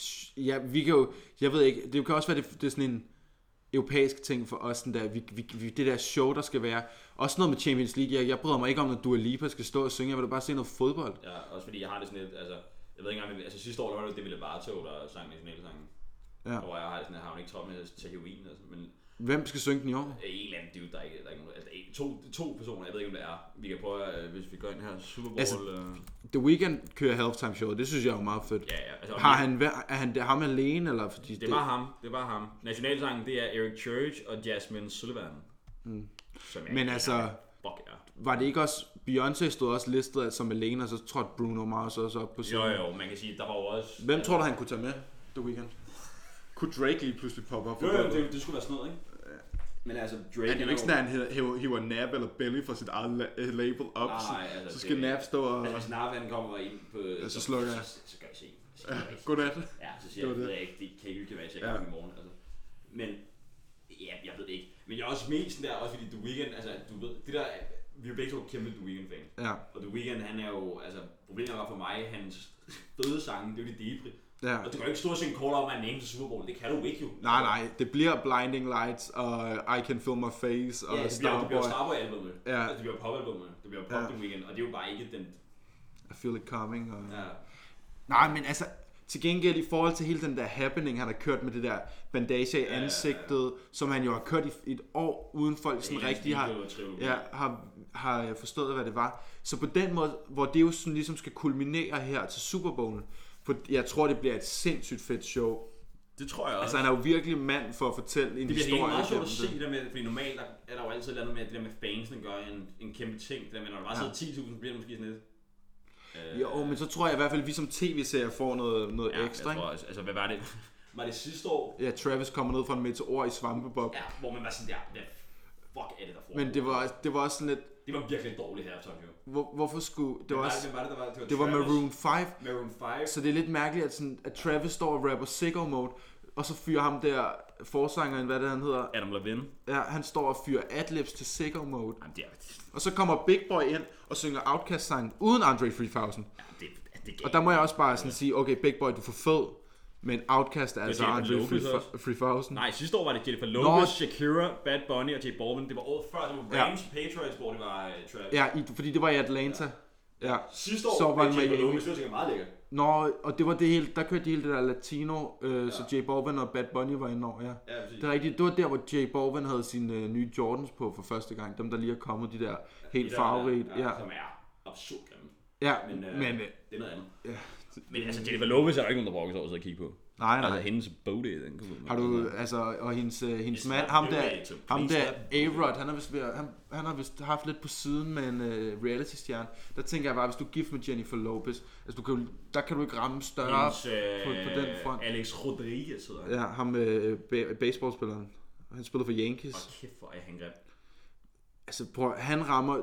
Ja, vi kan jo... Jeg ved ikke, det kan også være, det, det er sådan en europæisk ting for os, den der, vi, vi, det der show, der skal være. Også noget med Champions League. Jeg, jeg bryder mig ikke om, når Dua Lipa skal stå og synge. Jeg vil da bare se noget fodbold. Ja, også fordi jeg har det sådan lidt, altså... Jeg ved ikke engang, altså sidste år, der var det Demi Lovato, der sang nationalsangen. Ja. Og jeg har det sådan, jeg har jo ikke trådt med at tage heroin, altså, men... Hvem skal synge den i år? En eller anden dude, der er ikke, der er ikke nogen, altså to, to personer, jeg ved ikke, om det er. Vi kan prøve, hvis vi går ind her, Super Bowl... Altså, uh... The Weeknd kører halftime show, det synes jeg er meget fedt. Ja, ja. Altså, har han, er han det ham alene, eller fordi... Det, det var ham, det var ham. Nationalsangen, det er Eric Church og Jasmine Sullivan. Mm. Men altså... Fuck, ja. Var det ikke også... Beyoncé stod også listet som alene, og så trådte Bruno Mars også op på scenen. Jo, jo, man kan sige, der var jo også... Hvem tror du, han kunne tage med The Weeknd? Kunne Drake lige pludselig poppe op? Jo, jo, det, det skulle være sådan noget, ikke? Men altså, Drake... Er det jo ikke sådan, at han hiver, hiver Nab eller Belly fra sit eget la- label op? Nej, nej, altså... Så skal det, Nab stå og... Altså, hvis Nab han kommer ind på... Ja, så slukker jeg. Så, så gør jeg se. Ja, godnat. Ja, så siger jeg, jeg ikke, det kan ikke kan være, jeg kan i morgen, altså. Men... Ja, jeg ved det ikke. Men jeg er også mest sådan der, også fordi The Weeknd, altså, du ved, det der... Vi er jo begge to kæmpe The Weeknd-fan. Ja. Og The Weeknd, han er jo... Altså, problemet var for mig, hans fede sange, det er jo de depri. Ja. Og du kan jo ikke stå og synge call om, at han er til Super Bowl. Det kan du ikke jo. Nej, nej. Det bliver Blinding Lights og I Can Feel My Face og ja, det Starboy. Det bliver Starboy-albumet. Ja. Altså, det bliver pop-albumet. Det bliver pop ja. The Weeknd. Og det er jo bare ikke den... I Feel It Coming. Og... Ja. Nej, men altså... Til gengæld i forhold til hele den der happening, han har kørt med det der bandage i ansigtet, ja, ja, ja. Som han jo har kørt i et år, uden folk sådan ja, rigtig har, ja, har, har forstået, hvad det var. Så på den måde, hvor det jo sådan ligesom skal kulminere her til Super Bowl, for jeg tror, det bliver et sindssygt fedt show. Det tror jeg også. Altså han er jo virkelig mand for at fortælle en det historie. Det bliver meget sjovt at se det der med, fordi normalt er der jo altid noget med, at det der med fansene gør en, en kæmpe ting. Det der med, når der bare sidder ja. ti tusind, bliver det måske sådan lidt... Jo, men så tror jeg i hvert fald, at vi som tv-serier får noget, noget ja, ekstra. Jeg tror også, altså hvad var det? Var det sidste år? Ja, Travis kommer ned fra en meteor i Svampebob. Ja, hvor man var sådan der, hvad fuck er det der foregår? Men det var, det var også sådan lidt... Det var virkelig dårligt her, Tokyo. Hvor, hvorfor skulle... Det var, var, også, det, var det, der var, det var, det var Maroon fem. Maroon fem. Så det er lidt mærkeligt, at, sådan, at Travis står og rapper sicko mode, og så fyrer ham der forsangeren, hvad det han hedder? Adam Levine. Ja, han står og fyrer adlibs til sicko mode. Jamen, det er... Og så kommer Big Boy ind og synger Outkast-sang uden Andre three thousand. Ja, det, det og der må jeg også bare sådan sige, okay, Big Boy, du får fed, men Outkast er altså Andre three thousand. Nej, sidste år var det Jennifer Lopez, Shakira, Bad Bunny og J Balvin. Det var året før, det var Rams, ja. Patriots, hvor det var uh, Travis. Ja, i, fordi det var i Atlanta. Ja. Ja. Sidste år så var det Jennifer Lopez, det var meget lækkert. Nå, og det var det hele, der kørte de hele det der latino, øh, ja. Så J Balvin og Bad Bunny var inde over, ja. Ja, det er rigtigt, det var der, hvor J Balvin havde sine øh, nye Jordans på for første gang. Dem, der lige er kommet, de der helt ja, farverigt. Ja, ja, som er absurd grimme. Ja, men, øh, men øh, det er noget andet. Ja. Men altså, Jennifer Lopez er der ikke nogen, der brokker sig over at kigge på. Nej, nej. Altså, hendes booty, den kunne har du, altså, og hendes, uh, hendes mand, ham der, ham der, A-Rod, han har vist, han, han har vist haft lidt på siden med en uh, reality-stjerne. Der tænker jeg bare, hvis du er gift med Jennifer Lopez, altså, du kan, der kan du ikke ramme større hendes, øh, på, på den front. Alex Rodriguez hedder han. Ja, ham uh, ba- baseballspilleren. Han spiller for Yankees. Og kæft, hvor er han grim. Altså, prøv, han rammer,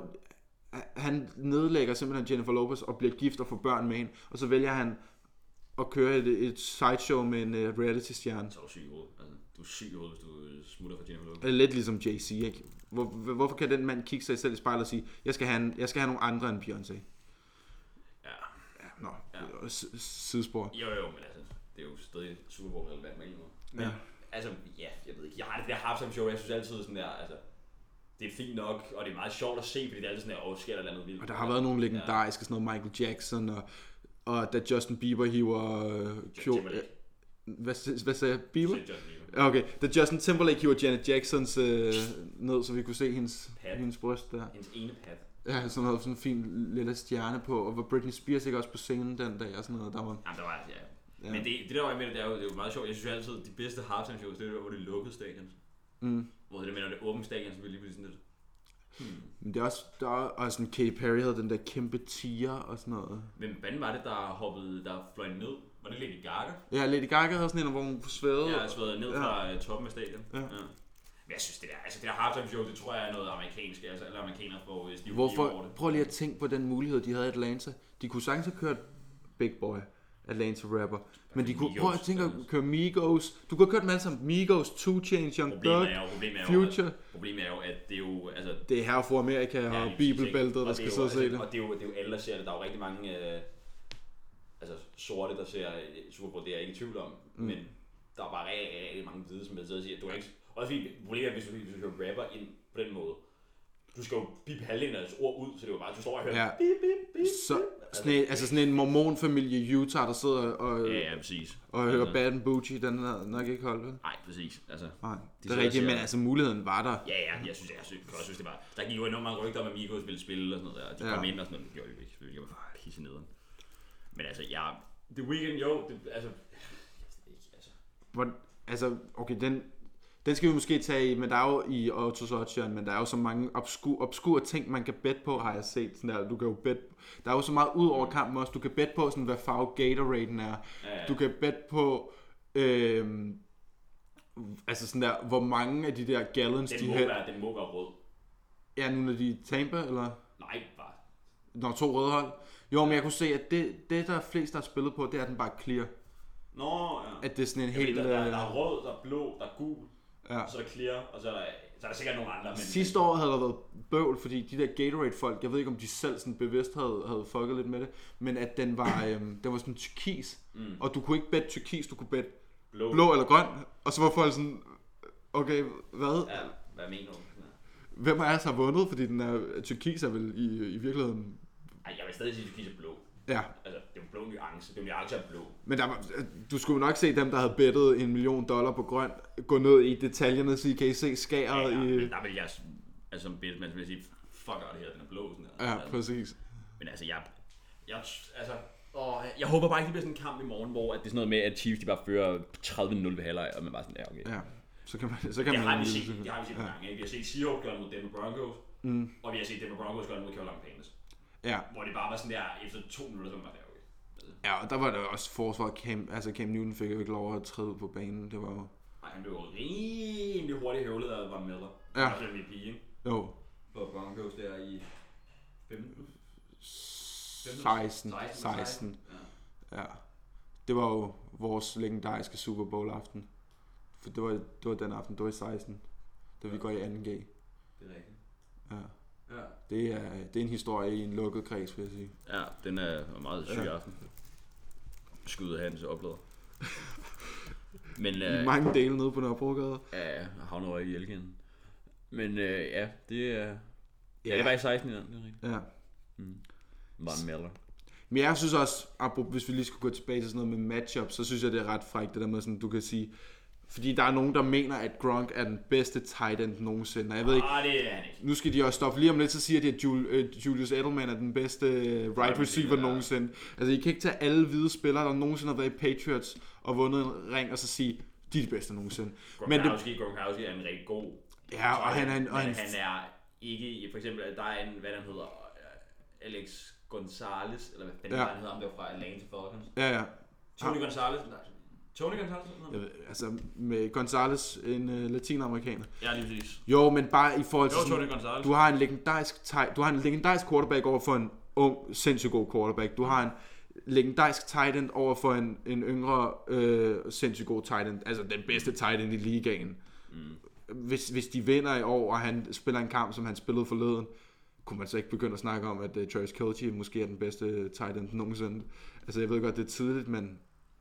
han nedlægger simpelthen Jennifer Lopez og bliver gift og får børn med hende, og så vælger han og køre et, et sideshow med en uh, reality-stjerne. Så er du syg i hovedet. Altså, du er syg i hovedet, hvis du smutter fra Jennifer Lopez. Det er lidt ligesom Jay-Z, ikke? Hvor, hvorfor kan den mand kigge sig selv i spejlet og sige, jeg skal have, en, jeg skal have nogle andre end Beyoncé? Ja. Ja, nå, ja. S- sidespor. Jo, jo, men altså, det er jo stadig Super Bowl relevant med en måde. Men, ja. altså, ja, jeg ved ikke. Jeg har det der halftime show, jeg synes altid sådan der, altså, det er fint nok, og det er meget sjovt at se, fordi det er altid sådan der, åh, sker der noget vildt. Og der har været nogle legendariske, sådan noget Michael Jackson og og da Justin Bieber hiver... Øh, kjole, hvad, hvad sagde jeg? Bieber? Okay, da Justin Timberlake hiver Janet Jacksons øh, ned, så vi kunne se hendes, hendes bryst der. Hendes ene pat. Ja, sådan noget sådan en fin lille stjerne på, og hvor Britney Spears ikke også på scenen den dag og sådan noget, der var... Jamen, der var, ja. ja. Men det, det der var med det, det er jo, det er jo meget sjovt. Jeg synes jo altid, de bedste halftime shows, det er jo, hvor det er lukkede stadions. Mm. Hvor det mener, det er åbent stadion, så bliver lige pludselig sådan lidt... Hmm. Men det er også, der er også sådan, Katy Perry havde den der kæmpe tiger og sådan noget. Hvem fanden var det, der hoppede, der fløj ned? Var det Lady Gaga? Ja, Lady Gaga havde sådan en, hvor hun svævede. Ja, svævede ned fra ja. toppen af stadion. Ja. Ja. Men jeg synes, det der, altså det der halftime show, det tror jeg er noget amerikansk, altså alle amerikanere får stive Hvorfor? over det. Prøv lige at tænke på den mulighed, de havde i Atlanta. De kunne sagtens have kørt Big Boy, Atlanta rapper. Men de kunne, prøv at tænke at køre Migos. Du kunne have kørt dem alle sammen. Migos, two Chainz, Young Thug, Future. Problemet er jo, at det er jo... Altså, det er her for Amerika og ja, bibelbæltet, der skal sidde og se det. Og det er, jo, det er jo alle, der ser det. Der er jo rigtig mange øh, altså, sorte, der ser Super Bowl. Det er jeg ikke i tvivl om. Mm. Men der er bare rigtig, rigtig mange hvide, som sidder og siger, at du er ikke... Også fordi problemet er, hvis du, hvis du hører rapper ind på den måde. Du skal jo bippe halvdelen af deres ord ud, så det er jo bare, du står og hører ja. bip, bip, bip, så, sådan en, altså sådan en mormonfamilie i Utah, der sidder og, ja, ja, præcis. og hører altså, Bad and Bougie, den er nok ikke holdt, vel? Nej, præcis. Altså, nej, det er rigtigt, men altså muligheden var der. Ja, ja, jeg synes, jeg, synes, jeg synes det var. Der gik jo enormt meget rygter om, at Migos ville spille og sådan noget der, og de ja. kom ind og sådan noget, det gjorde de jo ikke, selvfølgelig, jeg var pisse nederen. Men altså, ja, The Weeknd, jo, det, altså, jeg ved ikke, altså. Hvor, altså, okay, den... Den skal vi måske tage i, men der er jo i Autos Ocean, men der er jo så mange obskur, obskure ting, man kan bet på, har jeg set. Sådan der. Du kan jo bet, der er jo så meget ud over kampen også. Du kan bet på, sådan, hvad farve Gatorade er. Ja, ja. Du kan bet på, øh, altså sådan der, hvor mange af de der gallons, den de må har. Være, den må være rød. Ja, nu er de Tampa, eller? Nej, bare. Nå, to røde hold. Jo, men jeg kunne se, at det, det der er flest, der har spillet på, det er, at den bare clear. Nå, ja. At det er sådan en jeg helt... Ved, der, der, der er rød, der er blå, der er gul. Ja. Så er der clear, og så er der, så er der sikkert nogle andre. Men... Sidste år havde der været bøvl, fordi de der Gatorade-folk, jeg ved ikke om de selv sådan bevidst havde, havde fucket lidt med det, men at den var, øhm, den var sådan turkis, mm. og du kunne ikke bet turkis, du kunne bet blå. blå eller grøn, og så var folk sådan, okay, hvad? Ja, hvad mener du? Ja. Hvem af os har vundet, fordi den er, turkis er vel i, i virkeligheden... Ej, jeg vil stadig sige, at turkis er blå. Ja. Altså, det er jo blå nuance. Det er jo nuance af blå. Men der var, du skulle nok se dem, der havde bettet en million dollar på grøn, gå ned i detaljerne og sige, kan I se skæret ja, ja, i... Men der vil jeg, altså som bet, man vil sige, fuck out her, den er blå. Sådan der. Ja, altså, præcis. Men altså, jeg... jeg altså, åh, jeg håber bare ikke, det bliver sådan en kamp i morgen, hvor det er sådan noget med, at Chiefs de bare fører tredive nul ved halvleg, og man bare sådan, ja, okay. Ja, så kan man... Så kan det, man har vi set, det har vi set mange gange. Vi har set Seahawks gøre mod Denver Broncos, mm. og vi har set Denver Broncos gøre mod Carolina Panthers. Ja. Hvor det bare var sådan der, efter to minutter, så var det der, okay. Altså. Ja, og der var der også forsvaret, Cam, altså Cam Newton fik jo ikke lov at træde på banen, det var jo... Nej, han blev rimelig hurtigt høvlet af Von Miller. Ja. Og så M V P, ikke? Jo. På Broncos der i femten? seksten. seksten. Ja. Ja. Det var jo vores legendariske Super Bowl aften. For det var, det var den aften, det var i seksten, da vi går i anden G. Det er rigtigt. Ja. Ja. Det er, det er en historie i en lukket kreds, vil jeg sige. Ja, den er meget syg ja. aften. Skyder hans oplader. Men, øh, mange dele nede på Nørrebrogade. Ja, jeg havner over i Elgenden. Men øh, ja, det er... Ja, ja, det var i seksten i den, det er rigtigt. Ja. Mm. Von Miller. Men jeg synes også, hvis vi lige skulle gå tilbage til sådan noget med matchup, så synes jeg, det er ret frækt, det der med sådan, du kan sige... Fordi der er nogen, der mener, at Gronk er den bedste tight end nogensinde. Og jeg ved ikke, ah, det er han ikke. Nu skal de også stoppe. Lige om lidt, så siger de, at Julius Edelman er den bedste right receiver nogensinde. Altså, I kan ikke tage alle hvide spillere, der nogensinde har været i Patriots og vundet en ring, og så sige, de er de bedste nogensinde. Gronkowski, Gronkowski er en rigtig god. Ja, og han er en... Men han, han er ikke... For eksempel, der er en, hvad han hedder, Alex Gonzalez, eller hvad fanden ja. han hedder, om det var fra Atlanta Falcons. Ja, ja. Tony Gonzalez, Tony Gonzalez? Jeg ved, altså med Gonzalez, en uh, latinamerikaner. Ja, lige præcis. Jo, men bare i forhold til... Jo, Tony Gonzalez. Du har en legendarisk tight, du har en legendarisk quarterback over for en ung, sindssygt god quarterback. Du har en legendarisk tight end over for en, en yngre, øh, sindssygt god tight end. Altså den bedste tight end i ligaen. Mm. Hvis, hvis de vinder i år, og han spiller en kamp, som han spillede forleden, kunne man så ikke begynde at snakke om, at uh, Travis Kelce måske er den bedste tight end nogensinde. Altså jeg ved godt, det er tidligt, men...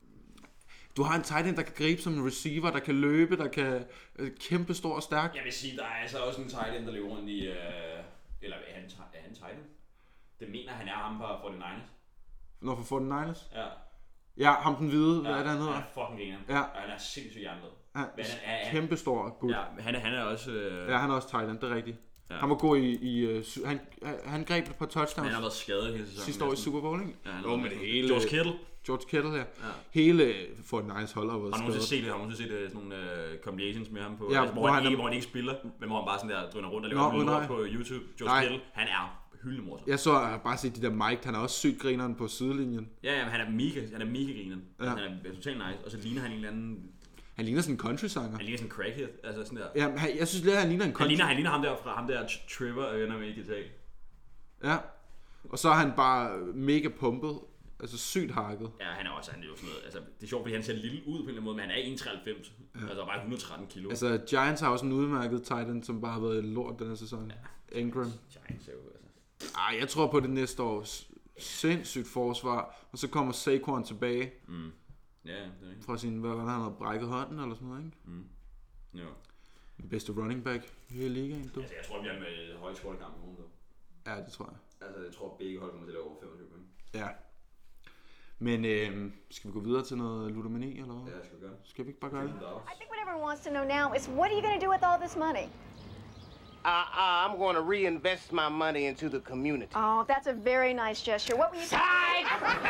Du har en tight end, der kan gribe som en receiver, der kan løbe, der kan øh, kæmpe stor og stærk. Jeg vil sige, der er altså også en tight end, der løber rundt i... Øh, eller er han, er han tight end? Det mener han er ham fra forty-niners. Når for forty-niners? Ja. Ja, ham den hvide, hvad ja, er det, han hedder? Han er fucking griner. Ja. Og han er sindssygt hjernet. Han er kæmpestor gut. Ja, han er, han er også... Øh... Ja, han er også tight end, det er rigtigt. Ja. Han var god i... i uh, han, han greb på touchdowns. Men han har været skadet hele sæsonen. Sidste år i Super Bowl, ikke? Ja, han oh, men det hele... George Kittle. George Kittle, ja. ja. Hele forty-niners hold har været skadet. Har du nogensinde set det? Har du nogensinde set sådan nogle uh, compilations med ham på? Ja, altså, hvor, hvor, han, han ikke, hvor han ikke spiller, men hvor han bare sådan der drøner rundt og laver no, på YouTube. George nej. Kittle, han er hyldemorsom. Jeg så jeg har bare set de der Mike, han er også sygt grineren på sidelinjen. Ja, ja, han er mega, han er mega grineren. Ja. Han er totalt nice, og så ligner han en eller anden... Han ligner sådan en country-sanger. Han ligner sådan en crackhead, altså sådan der. Ja, han, jeg synes lidt, han ligner en country. Han ligner, han ligner ham der fra ham der Trevor, og venner med i G T A. Ja, og så er han bare mega pumpet, altså sygt hakket. Ja, han er også, han er jo sådan noget, altså det er sjovt, fordi han ser lille ud på en eller anden måde, men han er en treoghalvfems, ja. Altså bare et hundrede og tretten kilo. Altså Giants har også en udmærket tight end, som bare har været lort den her sæson. Ja. Ingram. Giants er jo altså. Ej, jeg tror på det næste års sindssygt forsvar, og så kommer Saquon tilbage. Mm. Ja, det er rigtigt. Fra sin, hvad var det, han havde brækket hånden eller sådan noget, ikke? Mm. Jo. Den bedste running back i hele ligaen, du. Altså, jeg tror, vi er med høje scorekamp i morgen, du. Ja, det tror jeg. Altså, jeg tror, begge hold kommer til at lave over femogtyve point. Ja. Men øh, skal vi gå videre til noget ludomani, eller hvad? Ja, skal vi gøre det. Skal vi ikke bare gøre det? I think what everyone wants to know now is, what are you going to do with all this money? Uh, uh, I'm going to reinvest my money into the community. Oh, that's a very nice gesture. What were you... Psych!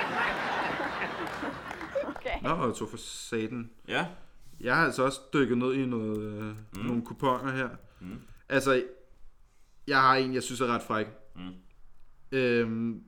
Okay. Nå, jeg tog for satan. Ja. Jeg har altså også dykket ned i noget, øh, mm. nogle kuponer her. Mm. Altså, jeg har en, jeg synes er ret fræk. Mm. Øhm,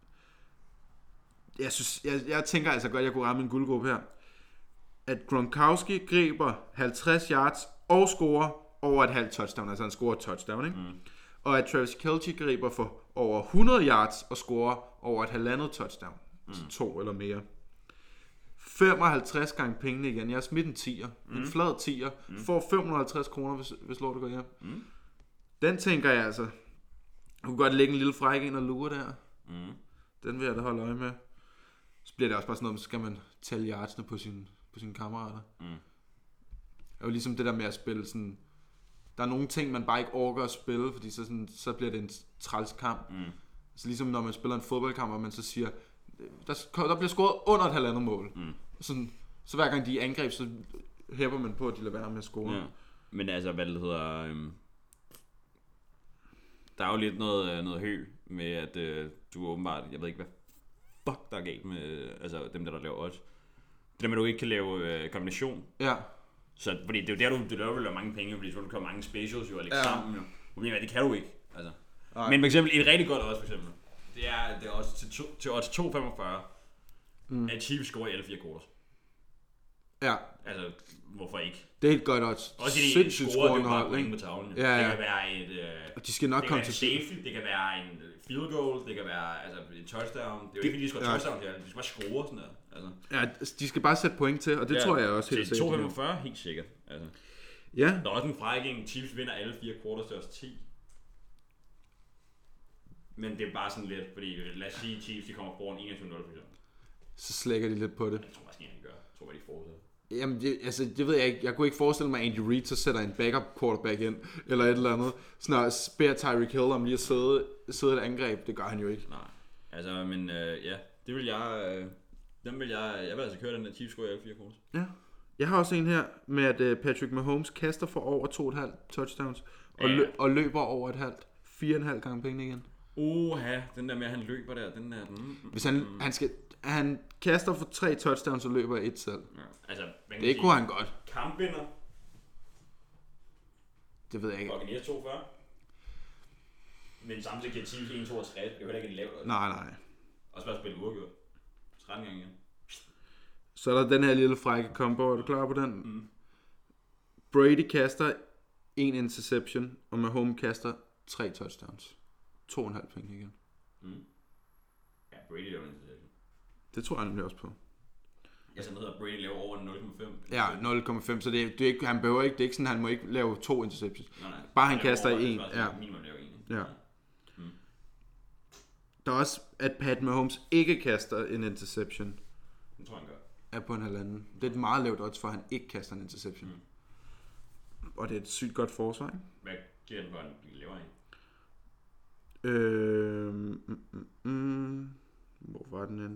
jeg, synes, jeg, jeg tænker altså godt, at jeg kunne ramme en guldgruppe her. At Gronkowski griber halvtreds yards og scorer over et halvt touchdown. Altså han scorer et touchdown, ikke? Mm. Og at Travis Kelce griber for over hundrede yards og scorer over et halvandet touchdown. Mm. Altså to eller mere. femoghalvtreds gange pengene igen. Jeg har smidt en tier. Mm. En flad tier. Mm. Får fem hundrede og halvtreds kroner, hvis, hvis lortet går hjem. Mm. Den tænker jeg altså. Jeg kunne godt lægge en lille fræk ind og lure der. Mm. Den vil jeg da holde øje med. Så bliver det også bare sådan noget, så skal man tælle yardsene på, sin, på sine kammerater. Mm. Det er jo ligesom det der med at spille sådan... Der er nogle ting, man bare ikke orker at spille, fordi så, sådan, så bliver det en træls kamp. Mm. Så ligesom når man spiller en fodboldkamp, og man så siger, der, der bliver scoret under et halvandet mål. Mm. Sådan, så hver gang de er angreb, så hæpper man på, at de lader være med at score. Ja. Men altså, hvad det hedder... Øhm, der er jo lidt noget, noget hø med, at øh, du åbenbart... Jeg ved ikke, hvad fuck der er galt med altså, dem, der, der laver odds. Det der med, at du ikke kan lave øh, kombination. Ja. Så, fordi det er jo der, du, du laver vel mange penge, fordi så du kan mange specials jo, og lægge ja. sammen jo. Problemet er, det kan du ikke. Altså. Men for eksempel, et rigtig godt odds for eksempel, det er, det er også til, to, til odds to komma femogfyrre, mm. at Chiefs scorer i alle fire quarters. Ja. Altså, hvorfor ikke? Det er et godt odds. Også i de scorer, det er bare point på tavlen. Ja, ja. Det kan være et... Øh, de skal nok komme til safety, det kan være en field goal, det kan være altså, en touchdown. Det er jo ikke, fordi de skal ja. touchdown til alle, de skal bare score sådan der. Altså. Ja, de skal bare sætte point til, og det ja, tror jeg også helt sikkert. to komma femogfyrre, helt sikkert. Altså. Ja. Der er også en frækking, Chiefs vinder alle fire quarters til os ti. Men det er bare sådan lidt, fordi lad os sige, Chiefs de kommer foran enogtyve nul for eksempel. Så slækker de lidt på det. Jeg tror faktisk ikke, de gør. Jeg tror bare, de fortsætter. Jamen, det, altså, det ved jeg ikke. Jeg kunne ikke forestille mig, at Andy Reid så sætter en backup quarterback ind, eller et eller andet. Sådan at beder Tyreek Hill om lige at sidde, sidde et angreb. Det gør han jo ikke. Nej. Altså, men øh, ja, det vil jeg... Øh, den vil jeg... Jeg vil altså køre den der Chiefs score i alle fire quarters. Ja. Jeg har også en her med, at uh, Patrick Mahomes kaster for over to komma fem touchdowns, og, ja. lø- og løber over et halvt. fire komma fem gange penge igen. Oha, den der med, at han løber der, den er... Mm, Hvis han, mm. han skal... Han kaster for tre touchdowns og løber et selv. Ja, altså, det kunne han godt. Kampvinder. Det ved jeg ikke. Buccaneers to komma fyrre. Men samtidig giver Chiefs en komma toogtres. Det er jo heller ikke en lavt. Nej, nej. Og så bare spille uafgjort. tretten gange igen. Så er der den her lille frække combo. Er du klar på den? Mm. Brady kaster en interception, og Mahomes kaster tre touchdowns. To og en halv penge igen. Mm. Ja, Brady laver en interception. Det tror jeg nemlig også på. Ja, så hedder Brady laver over nul komma fem. Ja, nul komma fem, så det er, det er ikke, han behøver ikke, det er ikke sådan, han må ikke lave to interceptions. Nej, nej. Bare han, han kaster over, en. Ja. Minimum laver en. Ja. Mm. Der er også, at Pat Mahomes ikke kaster en interception. Det tror jeg, han Er gør. på en halvanden. Det er et meget lavt odds for, at han ikke kaster en interception. Mm. Og det er et sygt godt forsvar, ikke? Hvad giver den for, at han laver en? Øh, mm, mm, mm. Hvor var den henne?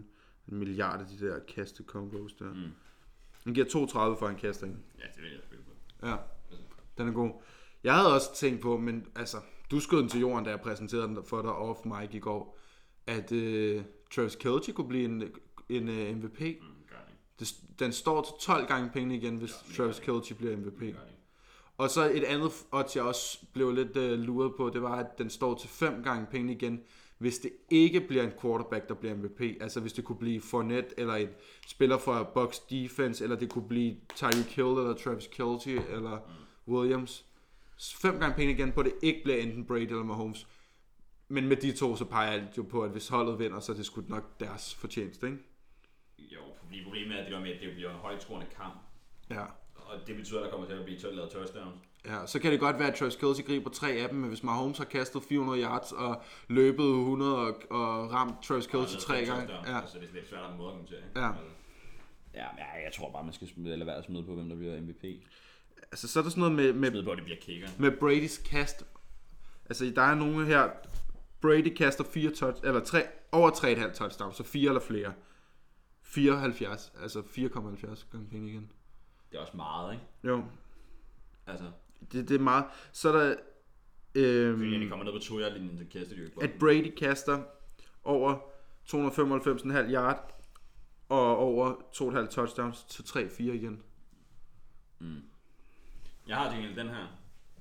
en milliard af de der kaste combos der. Mm. Den giver to tredive for en kasting. Ja, det vil jeg spille på. Ja, den er god. Jeg havde også tænkt på, men altså, du skød den til jorden, da jeg præsenterede den for dig off mic i går, at uh, Travis Kelce kunne blive en, en uh, M V P. Mm, det, den står til tolv gange penge igen, hvis ja, Travis Kelce bliver M V P. Og så et andet odds, jeg også blev lidt uh, luret på, det var, at den står til fem gange penge igen, hvis det ikke bliver en quarterback, der bliver M V P. Altså hvis det kunne blive Fournette, eller en spiller fra Bucs defense, eller det kunne blive Tyreek Hill, eller Travis Kelce, eller mm. Williams. Fem gange penge igen på, at det ikke bliver enten Brady eller Mahomes. Men med de to, så peger jeg jo på, at hvis holdet vinder, så er det sgu nok deres fortjeneste, ikke? Jo, problemet er det der med, at det bliver en højtskårende kamp. Ja. Og det betyder, at der kommer til at blive lavet touchdowns. Ja, så kan det godt være, at Travis Kelce griber tre af dem, men hvis Mahomes har kastet fire hundrede yards og løbet hundrede og, og ramt Travis Kelce ja, tre gange. Ja. Så det er lidt svært at måde at kommentere. Ja. Ja, men jeg tror bare, man skal lade være at smide på, hvem der bliver M V P. Altså, så er der sådan noget med, med, smide på, det bliver kicker. Med Bradys kast. Altså, der er nogle her. Brady kaster fire touch, eller tre, over tre komma fem touchdowns, så fire eller flere. fireoghalvfjerds, altså fire komma halvfjerds gange penge igen. Det er også meget, ikke? Jo. Altså. Det, det er meget. Så er der... Øhm, Fordi de kommer ned på to yard linjen, så kaster de jo ikke. At Brady kaster over to hundrede femoghalvfems komma fem yard, og over to komma fem touchdowns til tre fire igen. Mm. Jeg har til den her.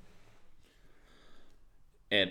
At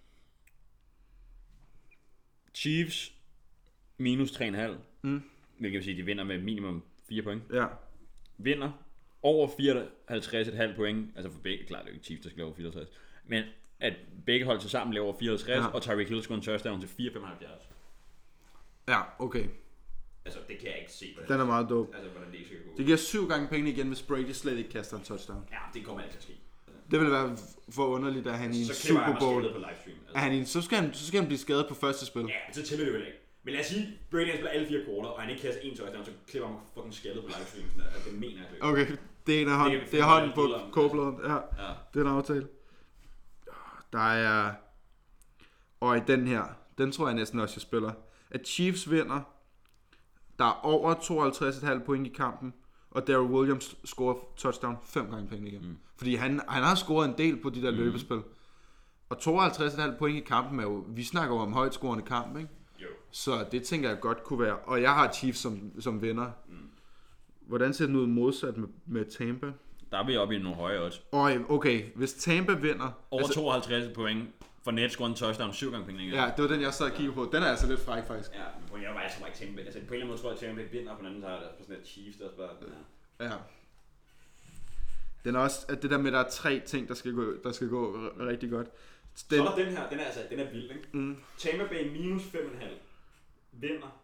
Chiefs minus tre komma fem, mm. hvilket vil sige, at de vinder med minimum fire point. Ja. Vinder over fireoghalvtreds komma fem point, altså for begge, klart det er ikke Chiefs, der skal lave fireoghalvtreds, men at begge hold til sammen laver over fireoghalvtreds, ja. Og Tyreek Hill scorer en touchdown til fire komma femoghalvfjerds. Ja, okay. Altså, det kan jeg ikke se på det. Den er meget dope. Altså, hvordan det ikke skal gå. Det giver syv gange penge igen, hvis Brady slet ikke kaster en touchdown. Ja, det kommer altid at ske. Det vil være for underligt, at han i en Super Bowl... På livestream, altså. Han i en, så, skal han, så skal han blive skadet på første spil. Ja, så tæller det jo ikke. Men lad os sige, Brady han spiller alle fire quarter, og han ikke kaster en touchdown, så klipper han fucking skaldet på livestream. Altså, det mener jeg ikke. Okay, det er en af hånd, det, det er hånden på kogebladet. Ja, ja, det er en aftale. Der er... Og i den her, den tror jeg næsten også, jeg spiller. At Chiefs vinder, der er over tooghalvtreds komma fem point i kampen, og Darrell Williams scorer touchdown fem gange penge igen. Mm. Fordi han, han har scoret en del på de der mm. løbespil. Og tooghalvtreds komma fem point i kampen er jo, vi snakker jo om højtscorende kamp, ikke? Jo. Så det tænker jeg godt kunne være. Og jeg har Chiefs som, som vinder. Mm. Hvordan ser det ud modsat med, med Tampa? Der er vi oppe i nogle høje odds. Okay, hvis Tampa vinder... Over altså, tooghalvtreds point for net scorer en touchdown syv gange penge igen. Ja, det var den, jeg sad og kiggede på. Den er altså lidt fræk, faktisk. Ja, men jeg var altså bare ikke Tampa. Altså, på en eller anden måde tror jeg, at Tampa vinder, og på den anden side er der på sådan et Chiefs, der også bare... Ja. Ja. Den er også, at det der med, at der er tre ting, der skal gå, der skal gå r- rigtig godt. Den, så er den her, den er altså, den er vild, ikke? Mm. Tampa Bay minus fem komma fem vinder.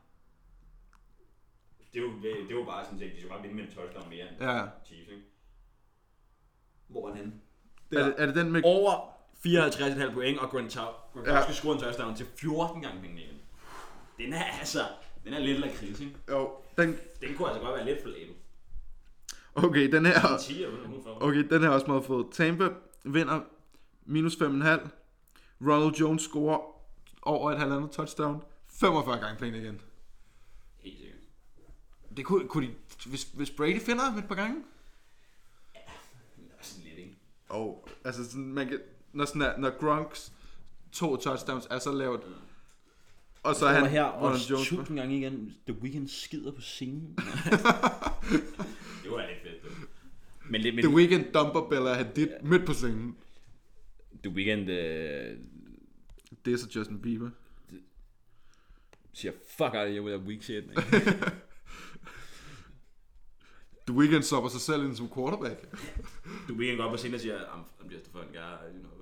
Det er jo, det er jo bare sådan set, de skal bare vinde med en touchdown mere end ja. Chiefs, ikke? Hvor er den henne? Er det, er det den med... Over fireoghalvtreds komma fem point, og Gronkowski ja. skal score en touchdown til fjorten gange penge igen. Den er altså, den er lidt lakrids, ikke? Jo, den... Den kunne altså godt være lidt for label. Okay, den her... Okay, den her er også meget fed. Tampa vinder minus fem komma fem. Ronald Jones scorer over et halvandet touchdown. femogfyrre gange penge igen. Helt sikkert. Det kunne, kunne de... Hvis, hvis Brady finder ham et par gange? Ja, det er sådan lidt, ikke? Oh, altså sådan, man kan... Når, sådan er, når Gronks to touchdowns er så lavt... Mm. Og så er han... her også tusind gange igen. The Weeknd skider på scenen. Det var lidt fedt, det. Men det, men The Weeknd dumper Bella Hadid ja. midt på scenen. The Weeknd... Øh, det er så Justin Bieber. Det, siger, fuck out of here with that weak shit, man. The Weeknd stopper sig selv ind som quarterback. The Weeknd går op på scenen og siger, I'm, I'm just a fun guy, you know.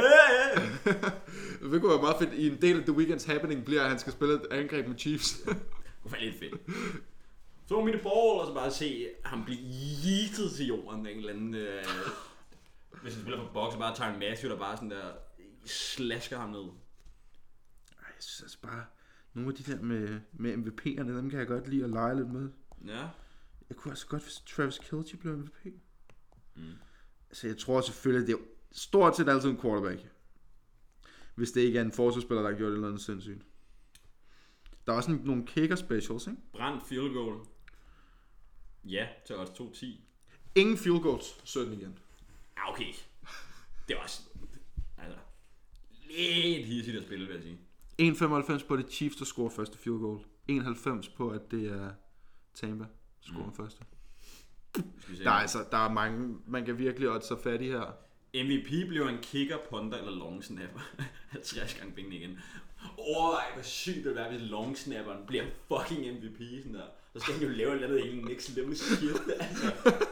Det kunne være meget fedt. I en del af The Weeknd's happening bliver, at han skal spille et angreb med Chiefs. Det kunne være lidt fedt. Så med det ball, og så bare se ham blive yeetet til jorden. En eller anden, øh, hvis han spiller på boks, så bare tager en Matthew, der bare sådan der slasker ham ned. Ej, jeg synes altså bare, nogle af de der med, med M V P'erne, dem kan jeg godt lide at lege lidt med. Ja. Jeg kunne også godt, hvis Travis Kelce blev M V P. Mm. Altså, jeg tror selvfølgelig, at det er stort set altid en quarterback. Hvis det ikke er en forsvarsspiller, der har gjort et eller andet sindssygt. Der er også en, nogle kicker specials, ikke? Brændt field goal. Ja, til odds to ti. Ingen field goals, sytten igen. Ja, okay. Det er også... Altså... Lidt hissigt at spille, vil jeg sige. en komma femoghalvfems på det Chiefs, der scorer første field goal. en komma halvfems på, at det er Tampa, der scorer mm. første. Der er altså, der er mange, man kan virkelig også så fat i her. M V P bliver en kicker, punter eller long snapper. halvtreds gange penge igen. Overvej, hvor sygt det vil være, hvis long snapperen bliver fucking M V P. Sådan der. Så skal han jo lave et eller andet helt next level shit. Altså.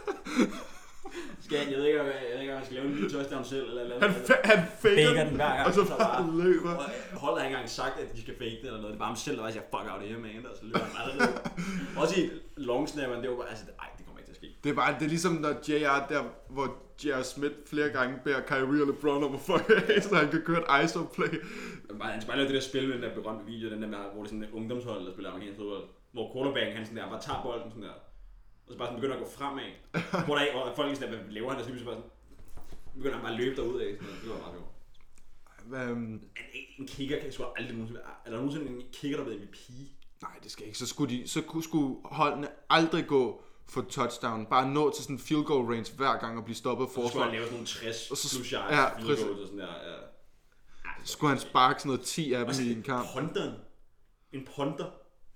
Skal han, jeg ved ikke, jeg ved ikke, om han skal lave en ny touchdown selv. Eller, eller, han fa- han faker den, den hver gang. Og så bare løber. Og holdet har ikke engang sagt, at de skal fake det eller noget. Det er bare ham selv, der bare siger, fuck out of here, man. Og så løber han bare derned. Også i long snapperen, det var bare, altså, ej, det kommer ikke til at ske. Det er bare, det er ligesom når J R der, hvor J R Smith flere gange beder Kyrie og LeBron om at fuck af, så han kan køre et I S O-play. Han skal bare lave det der spil med den der berømte video, den der med, hvor det er sådan et ungdomshold, der spiller amerikansk fodbold. Hvor quarterbacken, han sådan der, bare tager bolden sådan der. Og så bare sådan begynder at gå fremad. Hvor der er, og folk sådan der, hvad laver han, og så lige bare sådan, begynder han bare at løbe derud af. Sådan, det var meget sjovt. Um, en, en kicker kan sgu aldrig nogensinde være, er der nogensinde en kicker, der ved M V P? Nej, det skal ikke. Så skulle, de, så skulle holdene aldrig gå for touchdown. Bare nå til sådan en field goal range hver gang og blive stoppet forsvar. Så skulle han lave sådan nogle tres plus yards ja, field goals og sådan der. Ja. Så skulle han sparke sådan noget ti af dem i en kamp. Punteren. En punter.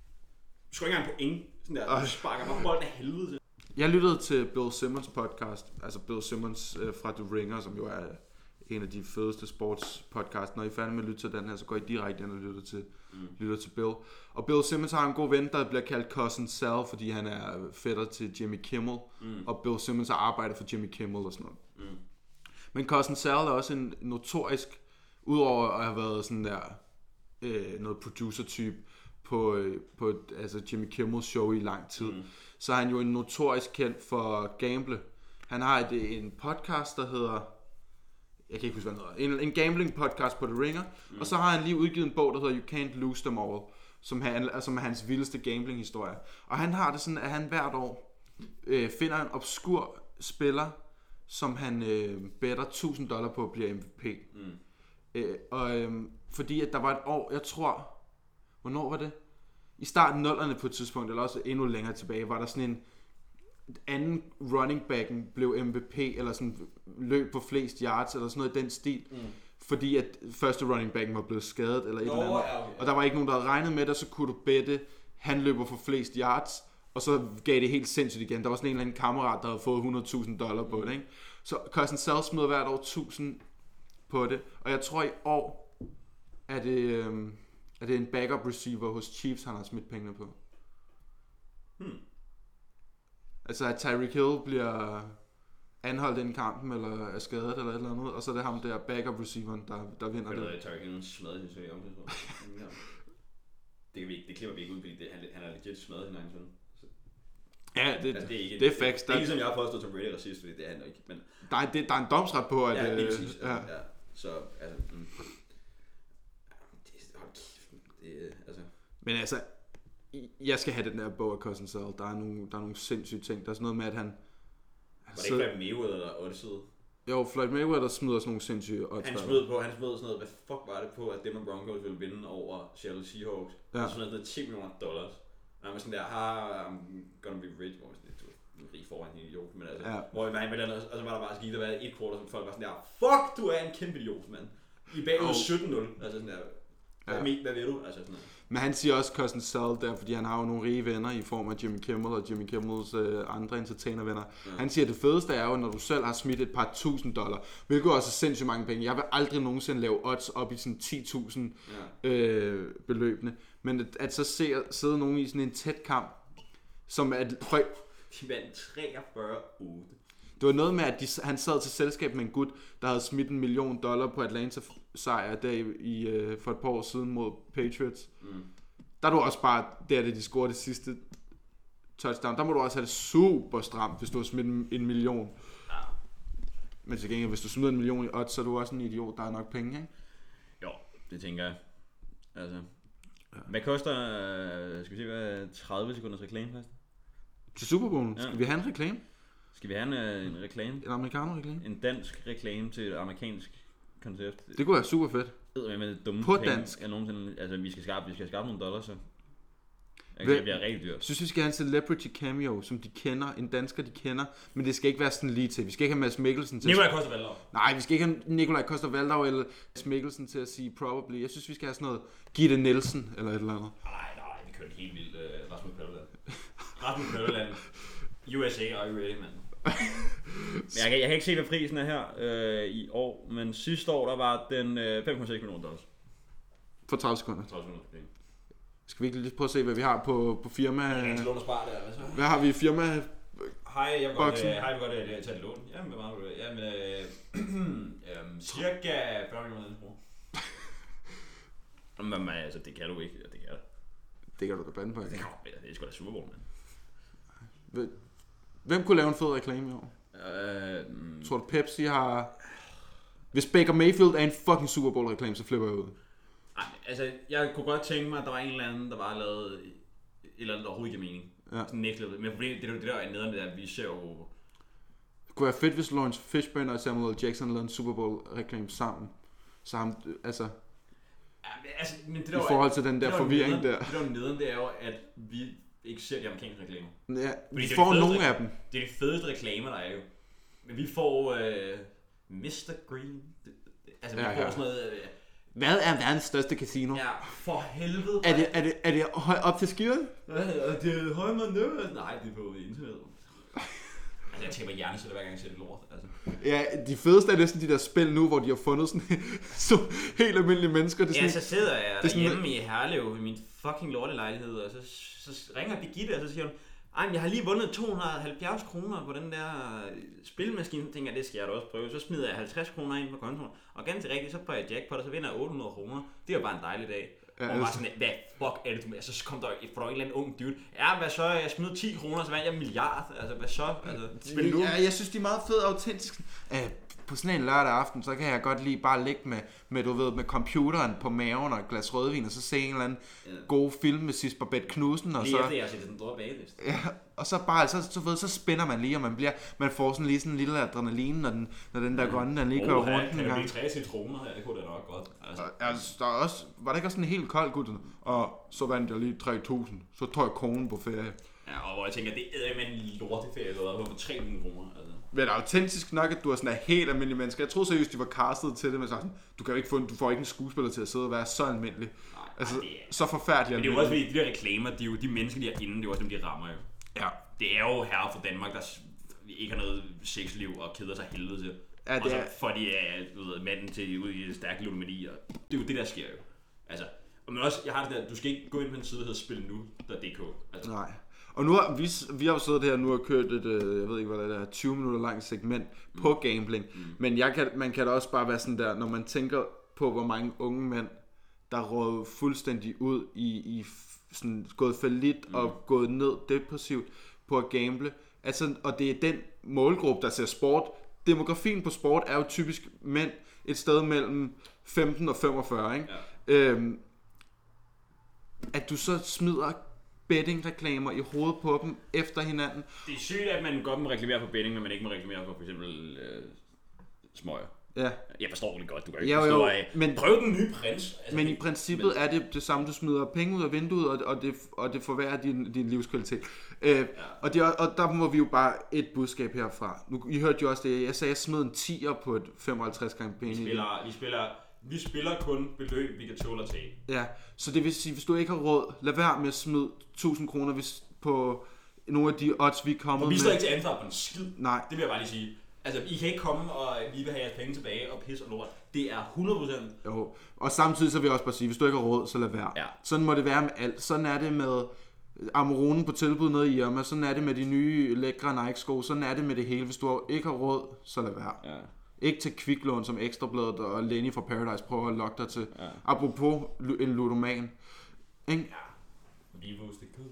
Du skal ikke engang point. Sådan der, du sparker bare bolden af helvede til. Jeg lyttede til Bill Simmons podcast, altså Bill Simmons øh, fra The Ringer, som jo er en af de fedeste sportspodcasts. Når I er færdige med at lytte til den her, så går I direkte ind og lytter til, mm. lytter til Bill. Og Bill Simmons har en god ven, der bliver kaldt Cousin Sal, fordi han er fætter til Jimmy Kimmel. Mm. Og Bill Simmons har arbejdet for Jimmy Kimmel og sådan noget. Mm. Men Cousin Sal er også en notorisk, udover at have været sådan der øh, noget producer-type på, øh, på altså Jimmy Kimmels show i lang tid, mm. så er han jo en notorisk kendt for at gamble. Han har et, en podcast, der hedder, jeg kan ikke huske, hvad den hedder, en, en gambling podcast på The Ringer, mm. og så har han lige udgivet en bog, der hedder You Can't Lose Them All, som, han, som er hans vildeste gambling-historie. Og han har det sådan, at han hvert år øh, finder en obskur spiller, som han øh, better tusind dollar på at blive M V P. Mm. Øh, og øh, fordi at der var et år, jeg tror, hvornår var det? I starten nullerne på et tidspunkt, eller også endnu længere tilbage, var der sådan en anden running backen blev M V P, eller sådan løb på flest yards, eller sådan noget i den stil. Mm. Fordi at første running backen var blevet skadet, eller et Nå, eller andet. Ja, okay. Og der var ikke nogen, der havde regnet med det, så kunne du bette, han løber for flest yards, og så gav det helt sindssygt igen. Der var sådan en eller anden kammerat, der havde fået hundrede tusind dollar på mm. det, ikke? Så Cousin Sal smider hvert år tusind på det, og jeg tror i år, er det, øhm, er det en backup receiver hos Chiefs, han har smidt pengene på. Hmm. Altså at Tyreek Hill bliver anholdt i den kampen, eller er skadet, eller et eller andet, og så er det ham der backup receiveren, der, der vinder det. Jeg ved, at Tyreek Hill smadret sin søg om det, tror jeg. Det, kan vi ikke, det klipper vi ikke ud, fordi det, han, han er legit smadret sin egen søn. Ja, det, altså, det er ikke det er facts. Det er ligesom jeg har påstået Tom Brady racist, fordi det er han ikke. Men der er, det, der er en domsret på, at... Ja, øh, lige præcis. Ja. Ja. Så, altså... Mm. Det, det, altså... Men altså, jeg skal have den der bog af Cousin Sal. Der er nogle, der er nogle sindssyge ting. Der er sådan noget med, at han... han var det ikke Floyd Mayweather, der oddsede? Jo, Floyd Mayweather smider sådan nogle sindssyge odds. Han smed på, han smed sådan noget, hvad fuck var det på, at Denver Broncos ville vinde over Seattle Seahawks? Ja. Og sådan noget, ti millioner dollars. Og han var sådan der, I'm gonna be rich, hvor det var rig foran en idiot, men altså, ja. Hvor vi var en med andet, og så var der bare skidt at være et quarter, som folk var sådan der, fuck, du er en kæmpe idiot, mand. I bagud oh. sytten nul, altså sådan der, hvad, ja. hvad ved du? Altså sådan der. Men han siger også Cousin Sal der, fordi han har jo nogle rige venner i form af Jimmy Kimmel og Jimmy Kimmels øh, andre entertainervenner. Ja. Han siger, at det fedeste er jo, når du selv har smidt et par tusind dollar, hvilket også er sindssygt mange penge. Jeg vil aldrig nogensinde lave odds op i sådan ti tusind ja. øh, beløbende. Men at, at så ser, sidder nogen i sådan en tæt kamp, som at... For, de vandt treogfyrre otte. Det var noget med, at de, han sad til selskab med en gut, der havde smidt en million dollar på Atlanta-sejr der i, i, øh, for et par år siden mod Patriots. Mm. Der er du også bare, der det de scorede det sidste touchdown, der må du også have det super stramt, hvis du har smidt en, en million. Ja. Men til gengæld, hvis du smider en million i odds, så er du også en idiot, der er nok penge, ikke? Jo, det tænker jeg. Altså, ja. Hvad koster, skal vi se, hvad tredive sekunders reklame først? Til Super Bowl? Ja. Skal vi have en reklame? Skal vi have en, en reklame? En amerikaner-reklame? En dansk reklame til et amerikansk koncept. Det kunne være super fedt. Det med det dumme på penge. Dansk. Jeg nogensinde, altså vi skal skaffe, vi skal skaffe nogle dollars, så. Det bliver rigtig dyrt. Jeg synes, vi skal have en celebrity cameo, som de kender, en dansker, de kender, men det skal ikke være sådan lige til. Vi skal ikke have Mads Mikkelsen til Nikolaj Coster-Waldau. Nej, vi skal ikke have Nikolaj Coster-Waldau eller Mads Mikkelsen til at sige probably. Jeg synes, vi skal have sådan noget Gitte Nielsen eller et eller andet. Nej, nej, vi kører helt vildt uh, Rasmus Paludan. Rasmus Paludan. U S A, are you ready, man? jeg, kan, jeg kan ikke se, hvad prisen er her øh, i år, men sidste år der var den øh, fem komma seks millioner dollars. For tredive sekunder. tredive sekunder. Okay. Skal vi ikke lige prøve at se, hvad vi har på, på firma? Jeg kan ikke låne og spare der, hvad så? Hvad har vi i firma? Hej, jeg vil godt, øh, hej, jeg vil godt øh, tage et lån. Jamen, hvad meget vil du? Jamen, øh, øh, cirka fyrre millioner kroner. Men altså, det kan du ikke, det kan jeg. Det kan du da bande på, ikke? Det kommer, det er sgu da Super Bowl, mand. Hvem kunne lave en fed reklame i år? Øh, mm, Tror du Pepsi har... Hvis Baker Mayfield er en fucking Super Bowl reklame, så flipper jeg ud. Ej, altså, jeg kunne godt tænke mig, at der var en eller anden, der var lavet et eller andet, der overhovedet ikke mening. Ja. Sådan next level. Men problemet, det er det der er nederen, det er, at vi ser jo... Det kunne være fedt, hvis Lawrence Fishburne og Samuel Jackson lavede en Super Bowl reklame sammen. Så ham, altså... Ja, men, altså men det der I forhold til den der der forvirring nederen, der. Det der er nederen, det er jo, at vi ikke ser de amerikanske reklamer. Ja, Fordi vi det får de nogle fedeste, af dem. Det er de fedeste reklamer, der er jo. Men vi får øh, mister Green. Altså vi Ja, får ja. sådan noget... Øh, Hvad er verdens største casino? ja, for helvede. Er det, er det, er det høj op til skiven? Ja, det er højmand nu. Nej, det er på internettet. Altså jeg tænker hjerneceller hver gang jeg ser det lort. Altså. Ja, de fedeste er næsten de der spil nu, hvor de har fundet sådan så helt almindelige mennesker. Det er Ja, sådan, så sidder jeg det er sådan- hjemme i Herlev i min fucking lortelejlighed, og så, så ringer Birgitte, og så siger hun, ej, men jeg har lige vundet to hundrede og halvfjerds kroner på den der spilmaskine. Så tænker jeg, det skal jeg da også prøve. Så smider jeg halvtreds kroner ind på kontoen, og ganske rigtigt, så får jeg jackpot, og så vinder jeg otte hundrede kroner. Det er jo bare en dejlig dag. Ja, Og man var altså- sådan, hvad fuck er det du med? Så kom der, får der en eller anden ung dude. Ja, hvad så? Jeg smider ti kroner, så vandt jeg en milliard. Altså, hvad så? Altså, spil nu. Ja, jeg synes, de er meget fede og autentiske. Øh, på sådan en lørdag aften, så kan jeg godt lide bare ligge med, med, du ved, med computeren på maven og et glas rødvin, og så se en eller anden Ja. god film med Sis Babette Knudsen, og Lige så... efter jeg har set sådan en dårlig bagelist. Ja, og så bare, så, så, ved, så spænder man lige, og man bliver, man får sådan lige sådan en lille adrenalin, når den, når den der grønne, den lige kører Oh, rundt kan en det gang. blive tre citroner her? Det kunne da nok godt. Altså. Og, altså, der er også, var det ikke også sådan helt koldt, gutten? Og så vandt jeg lige tre tusind, så tog jeg konen på ferie. Ja, og hvor jeg tænker, det er med en lorteferie, der var på tre tusind kroner. Altså. Men det er autentisk nok, at du er sådan en helt almindelig menneske. Jeg tror seriøst, de var castet til det, men så sådan, du kan jo ikke få, du får ikke en skuespiller til at sidde og være så almindelig. Nej, Altså, det er... så forfærdelig Men det er jo også almindelig. fordi, de der reklamer, de, er jo, de mennesker, de er inde, det er jo også dem, de rammer jo. Ja. Det er jo herre fra Danmark, der s- ikke har noget sexliv og keder sig helvede til. Ja, det og så er- får de uh, du ved, manden til ud i stærk ludomani, og det er jo det, der sker jo. Altså, og men også, jeg har det der, du skal ikke gå ind på en side, der hedder spil nu, der er D K. Altså, Nej. Og nu har vi, vi har jo siddet her nu og kørt et, øh, jeg ved ikke hvad det er, tyve minutter langt segment mm. på gambling. Mm. Men jeg kan, man kan da også bare være sådan der, når man tænker på, hvor mange unge mænd, der råd fuldstændig ud i, i f- sådan, gået fallit mm. og gået ned depressivt på at gamble. Altså, og det er den målgruppe, der ser sport. Demografien på sport er jo typisk mænd et sted mellem femten og femogfyrre, ikke? Ja. Øhm, at du så smider betting-reklamer i hovedet på dem efter hinanden. det er sygt, at man godt må reklamere for betting, men man ikke må reklamere for for eksempel øh, smøger. Ja. Jeg forstår det godt, du kan ikke Jo, jo, forstå af. men- Prøv den nye prins. Altså, Men det- i princippet er det det samme, du smider penge ud af vinduet, og, og, det, og det forværrer din, din livskvalitet. Øh, ja. og, det, er- og der må vi jo bare et budskab herfra. Nu, I hørte jo også det, jeg sagde, jeg smed en tier på et femoghalvtreds gange penge. Vi spiller, vi spiller, vi spiller kun beløb, vi kan tåle at tage. Ja, så det vil sige, hvis du ikke har råd, lad være med at smide tusind kroner hvis på nogle af de odds, vi er kommet Og vi med. står ikke til ansvar på en skid. Nej. Det vil jeg bare lige sige. Altså, I kan ikke komme, og vi vil have jeres penge tilbage og pisse og lort. Det er hundrede procent. Jo, og samtidig så vil jeg også bare sige, hvis du ikke har råd, så lad være. Ja. Sådan må det være med alt. Sådan er det med Amarone på tilbud nede i Irma, sådan er det med de nye lækre Nike-sko, sådan er det med det hele. Hvis du ikke har råd, så lad være. Ja. Ikke til kviklån som Ekstrabladet og Lenny fra Paradise prøver at lokke dig til. Ja. Apropos en ludoman. Ikke? Ja. Vivos, det kød.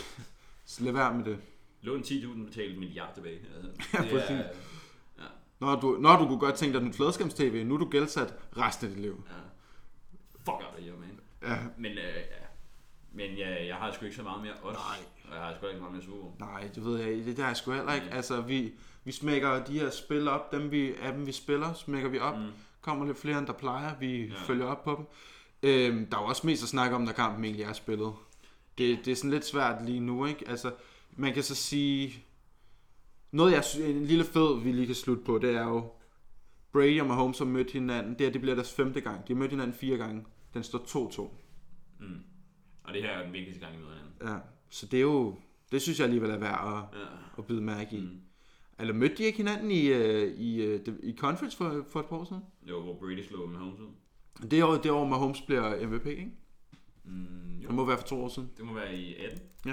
Så lad være med det. Lån ti tusind betalt en milliard tilbage. Altså, Ja, det præcis. er, ja. Når du, når du kunne godt tænke dig den fladskærms-tv, nu er du gældsat resten af dit liv. Ja. Fuck out of here, man. Ja. Men, øh, ja. Men jeg, jeg har sgu ikke så meget mere odds. Nej. Og jeg har sgu ikke meget mere Super Bowl. Nej, det ved jeg ikke. Det der er sgu heller ikke. Altså, vi, vi smækker de her spil op. Dem vi, af dem, vi spiller, smækker vi op. Mm. Kommer lidt flere, end der plejer. Vi ja. følger op på dem. Øhm, der er jo også mest at snakke om, når kampen egentlig er spillet. det, det er sådan lidt svært lige nu, ikke? Altså, man kan så sige... Noget, jeg synes, en lille fed, vi lige kan slutte på, det er jo... Brady og Mahomes har mødt hinanden. Det her, det bliver deres femte gang. De har mødt hinanden fire gange. Den står to to. Mm. Og det her er den vigtigste gang, I møder hinanden. Ja, så det er jo... Det synes jeg alligevel er værd at, ja. at byde mærke i. Mm. Eller mødte de ikke hinanden i, uh, i, uh, i conference for, for et par år siden? Jo, hvor Brady slog Mahomes ud. Det år, det år Mahomes bliver M V P, ikke? Mm, det må være for to år siden. Det må være i atten. Ja.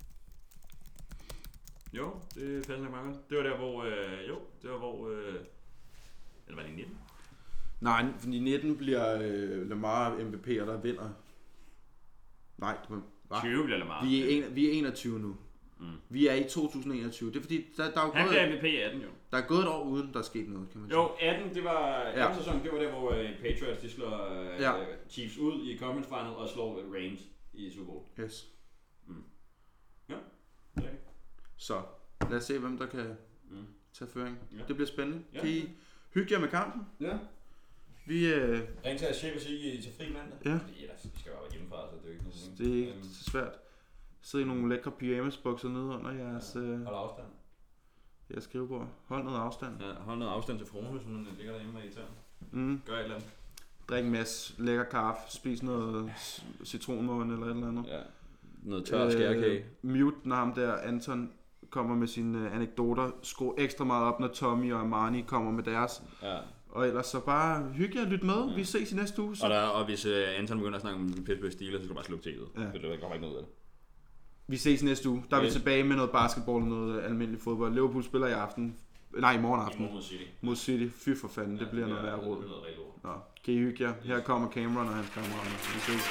Jo, det er faktisk meget godt. Det var der, hvor... Øh, jo, det var hvor... Øh, eller var det i nitten? Nej, i nitten bliver øh, Lamar M V P, og der vinder... Nej, det var... tyve bliver Lamar. Vi er, en, vi er enogtyve nu. Mm. Vi er i to tusind enogtyve. Det er fordi, der, der er jo Han gået... bliver M V P i atten, jo. Der er gået et år uden, der er sket noget, kan man sige. Jo, atten, det var... Ja. anden sæson, det var der, hvor uh, Patriots, de slår uh, ja. Chiefs ud i conference final, og slår Rams i Super Bowl. Yes. Mm. Ja, det er det. Så, lad os se, hvem der kan mm. tage føring. Ja. Det bliver spændende. Ja. Kan I hygge jer med kampen? Ja. Vi... Øh... Ring til jeres chef og sige, I er til fri mandag. Ja. Fordi ellers, vi skal jo være hjemmefra, så det er jo ikke noget. Det er ikke um, så svært. Sidde i nogle lækre pyjamasbukser nede under jeres... Øh... Hold afstand. Jeres skrivebord. Hold noget afstand. Ja, hold noget afstand til fruen, hvis hun ligger derhjemme og irriterer. Mm. Gør et eller andet. Drik en masse lækker kaffe. Spis noget citronmåne eller et eller andet. Ja. Noget tør skærkage. Øh, mute, når ham der, Anton, kommer med sine øh, anekdoter. Skru ekstra meget op, når Tommy og Armani kommer med deres. Ja. Og ellers så bare hygge jer og lytte med. Ja. Vi ses i næste uge. Så. Og, der, og hvis uh, Anton begynder at snakke om Pittsburgh Steelers, så skal du bare slukke tv'et. Ja. Det kommer ikke noget af det. Vi ses næste uge. Der er okay. vi tilbage med noget basketball og noget almindelig fodbold. Liverpool spiller i aften. Nej, i morgen aften. Mod City. Mod City. Fy for fanden, ja, det bliver noget værd råd. Nå, kan I hygge jer? Her kommer Cameron og hans kammerater. Vi ses.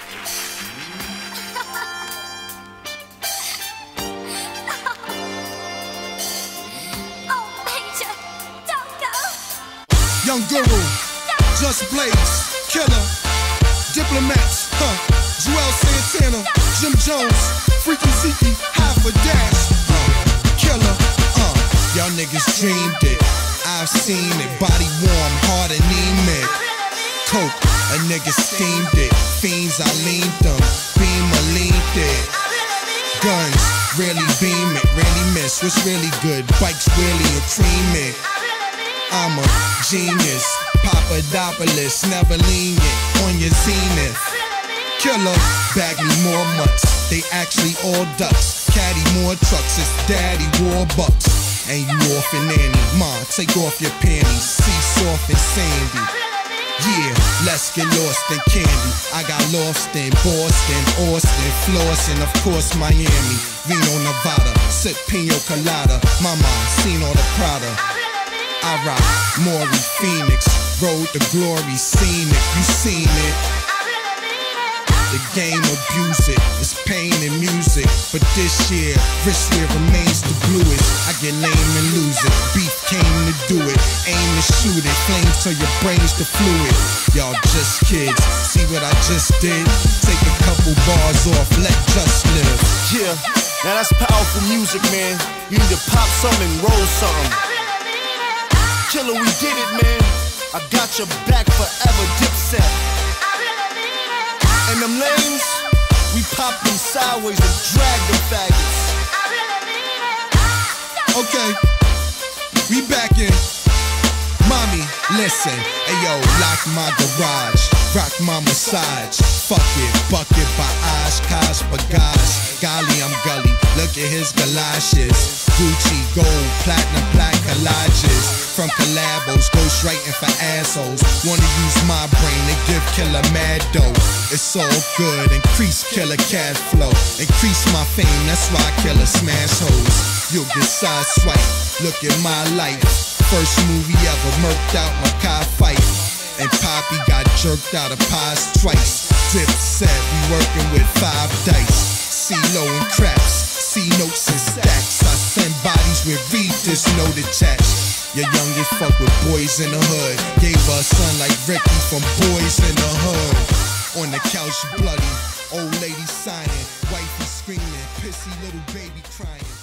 Young Guru, Just Blaze, Killer, Diplomats, huh? Joel Santana, Jim Jones, Freaky Zeke, half a dash, uh, Killer, uh, y'all niggas dreamed it, I've seen it, body warm, heart anemic, coke, a nigga steamed it, fiends I leaned them, beam I leaned it, guns, really beam it, really miss, what's really good, bikes really and cream it. I'm a genius, Papadopoulos, never lenient on your zenith. Killer, bag me more mutts, they actually all ducks. Caddy more trucks, it's daddy war bucks. And you off and nanny, ma, take off your panties, see soft and sandy. Yeah, let's get lost in candy. I got lost in Boston, Austin, Flossin, of course Miami, Reno, Nevada, sip pina colada. Mama, seen all the Prada. I rock Maury Phoenix, road to glory, seen it, you seen it. The game abuse it, it's pain and music. But this year, wristwear remains the bluest. I get lame and lose it, beef came to do it. Aim to shoot it, flames till your brain's the fluid. Y'all just kids, see what I just did? Take a couple bars off, let just live. Yeah, now that's powerful music, man. You need to pop something, roll something. Killer, we did it, man. I got your back forever, Dipset. And them lanes, we pop them sideways and drag them faggots. Okay, we back in. Mommy, listen. Ayo, lock my garage, rock my massage. Fuck it, bucket by Oshkosh Bagash. Golly, I'm gully, look at his galoshes. Gucci, gold, platinum, black collages. From collabos, ghostwriting for assholes. Wanna use my brain to give killer mad dough. It's all good, increase killer cash flow. Increase my fame, that's why killer smash hoes. You'll get side swipe, look at my life. First movie ever, murked out my car fight. And Poppy got jerked out of pies twice. Dipset, we working with five dice. C-Lo and craps, C-notes and stacks. I send bodies with readers, note attached. Your youngest fuck with boys in the hood. Gave her a son like Ricky from Boys in the Hood. On the couch bloody, old lady sighing, wifey screaming, pissy little baby crying.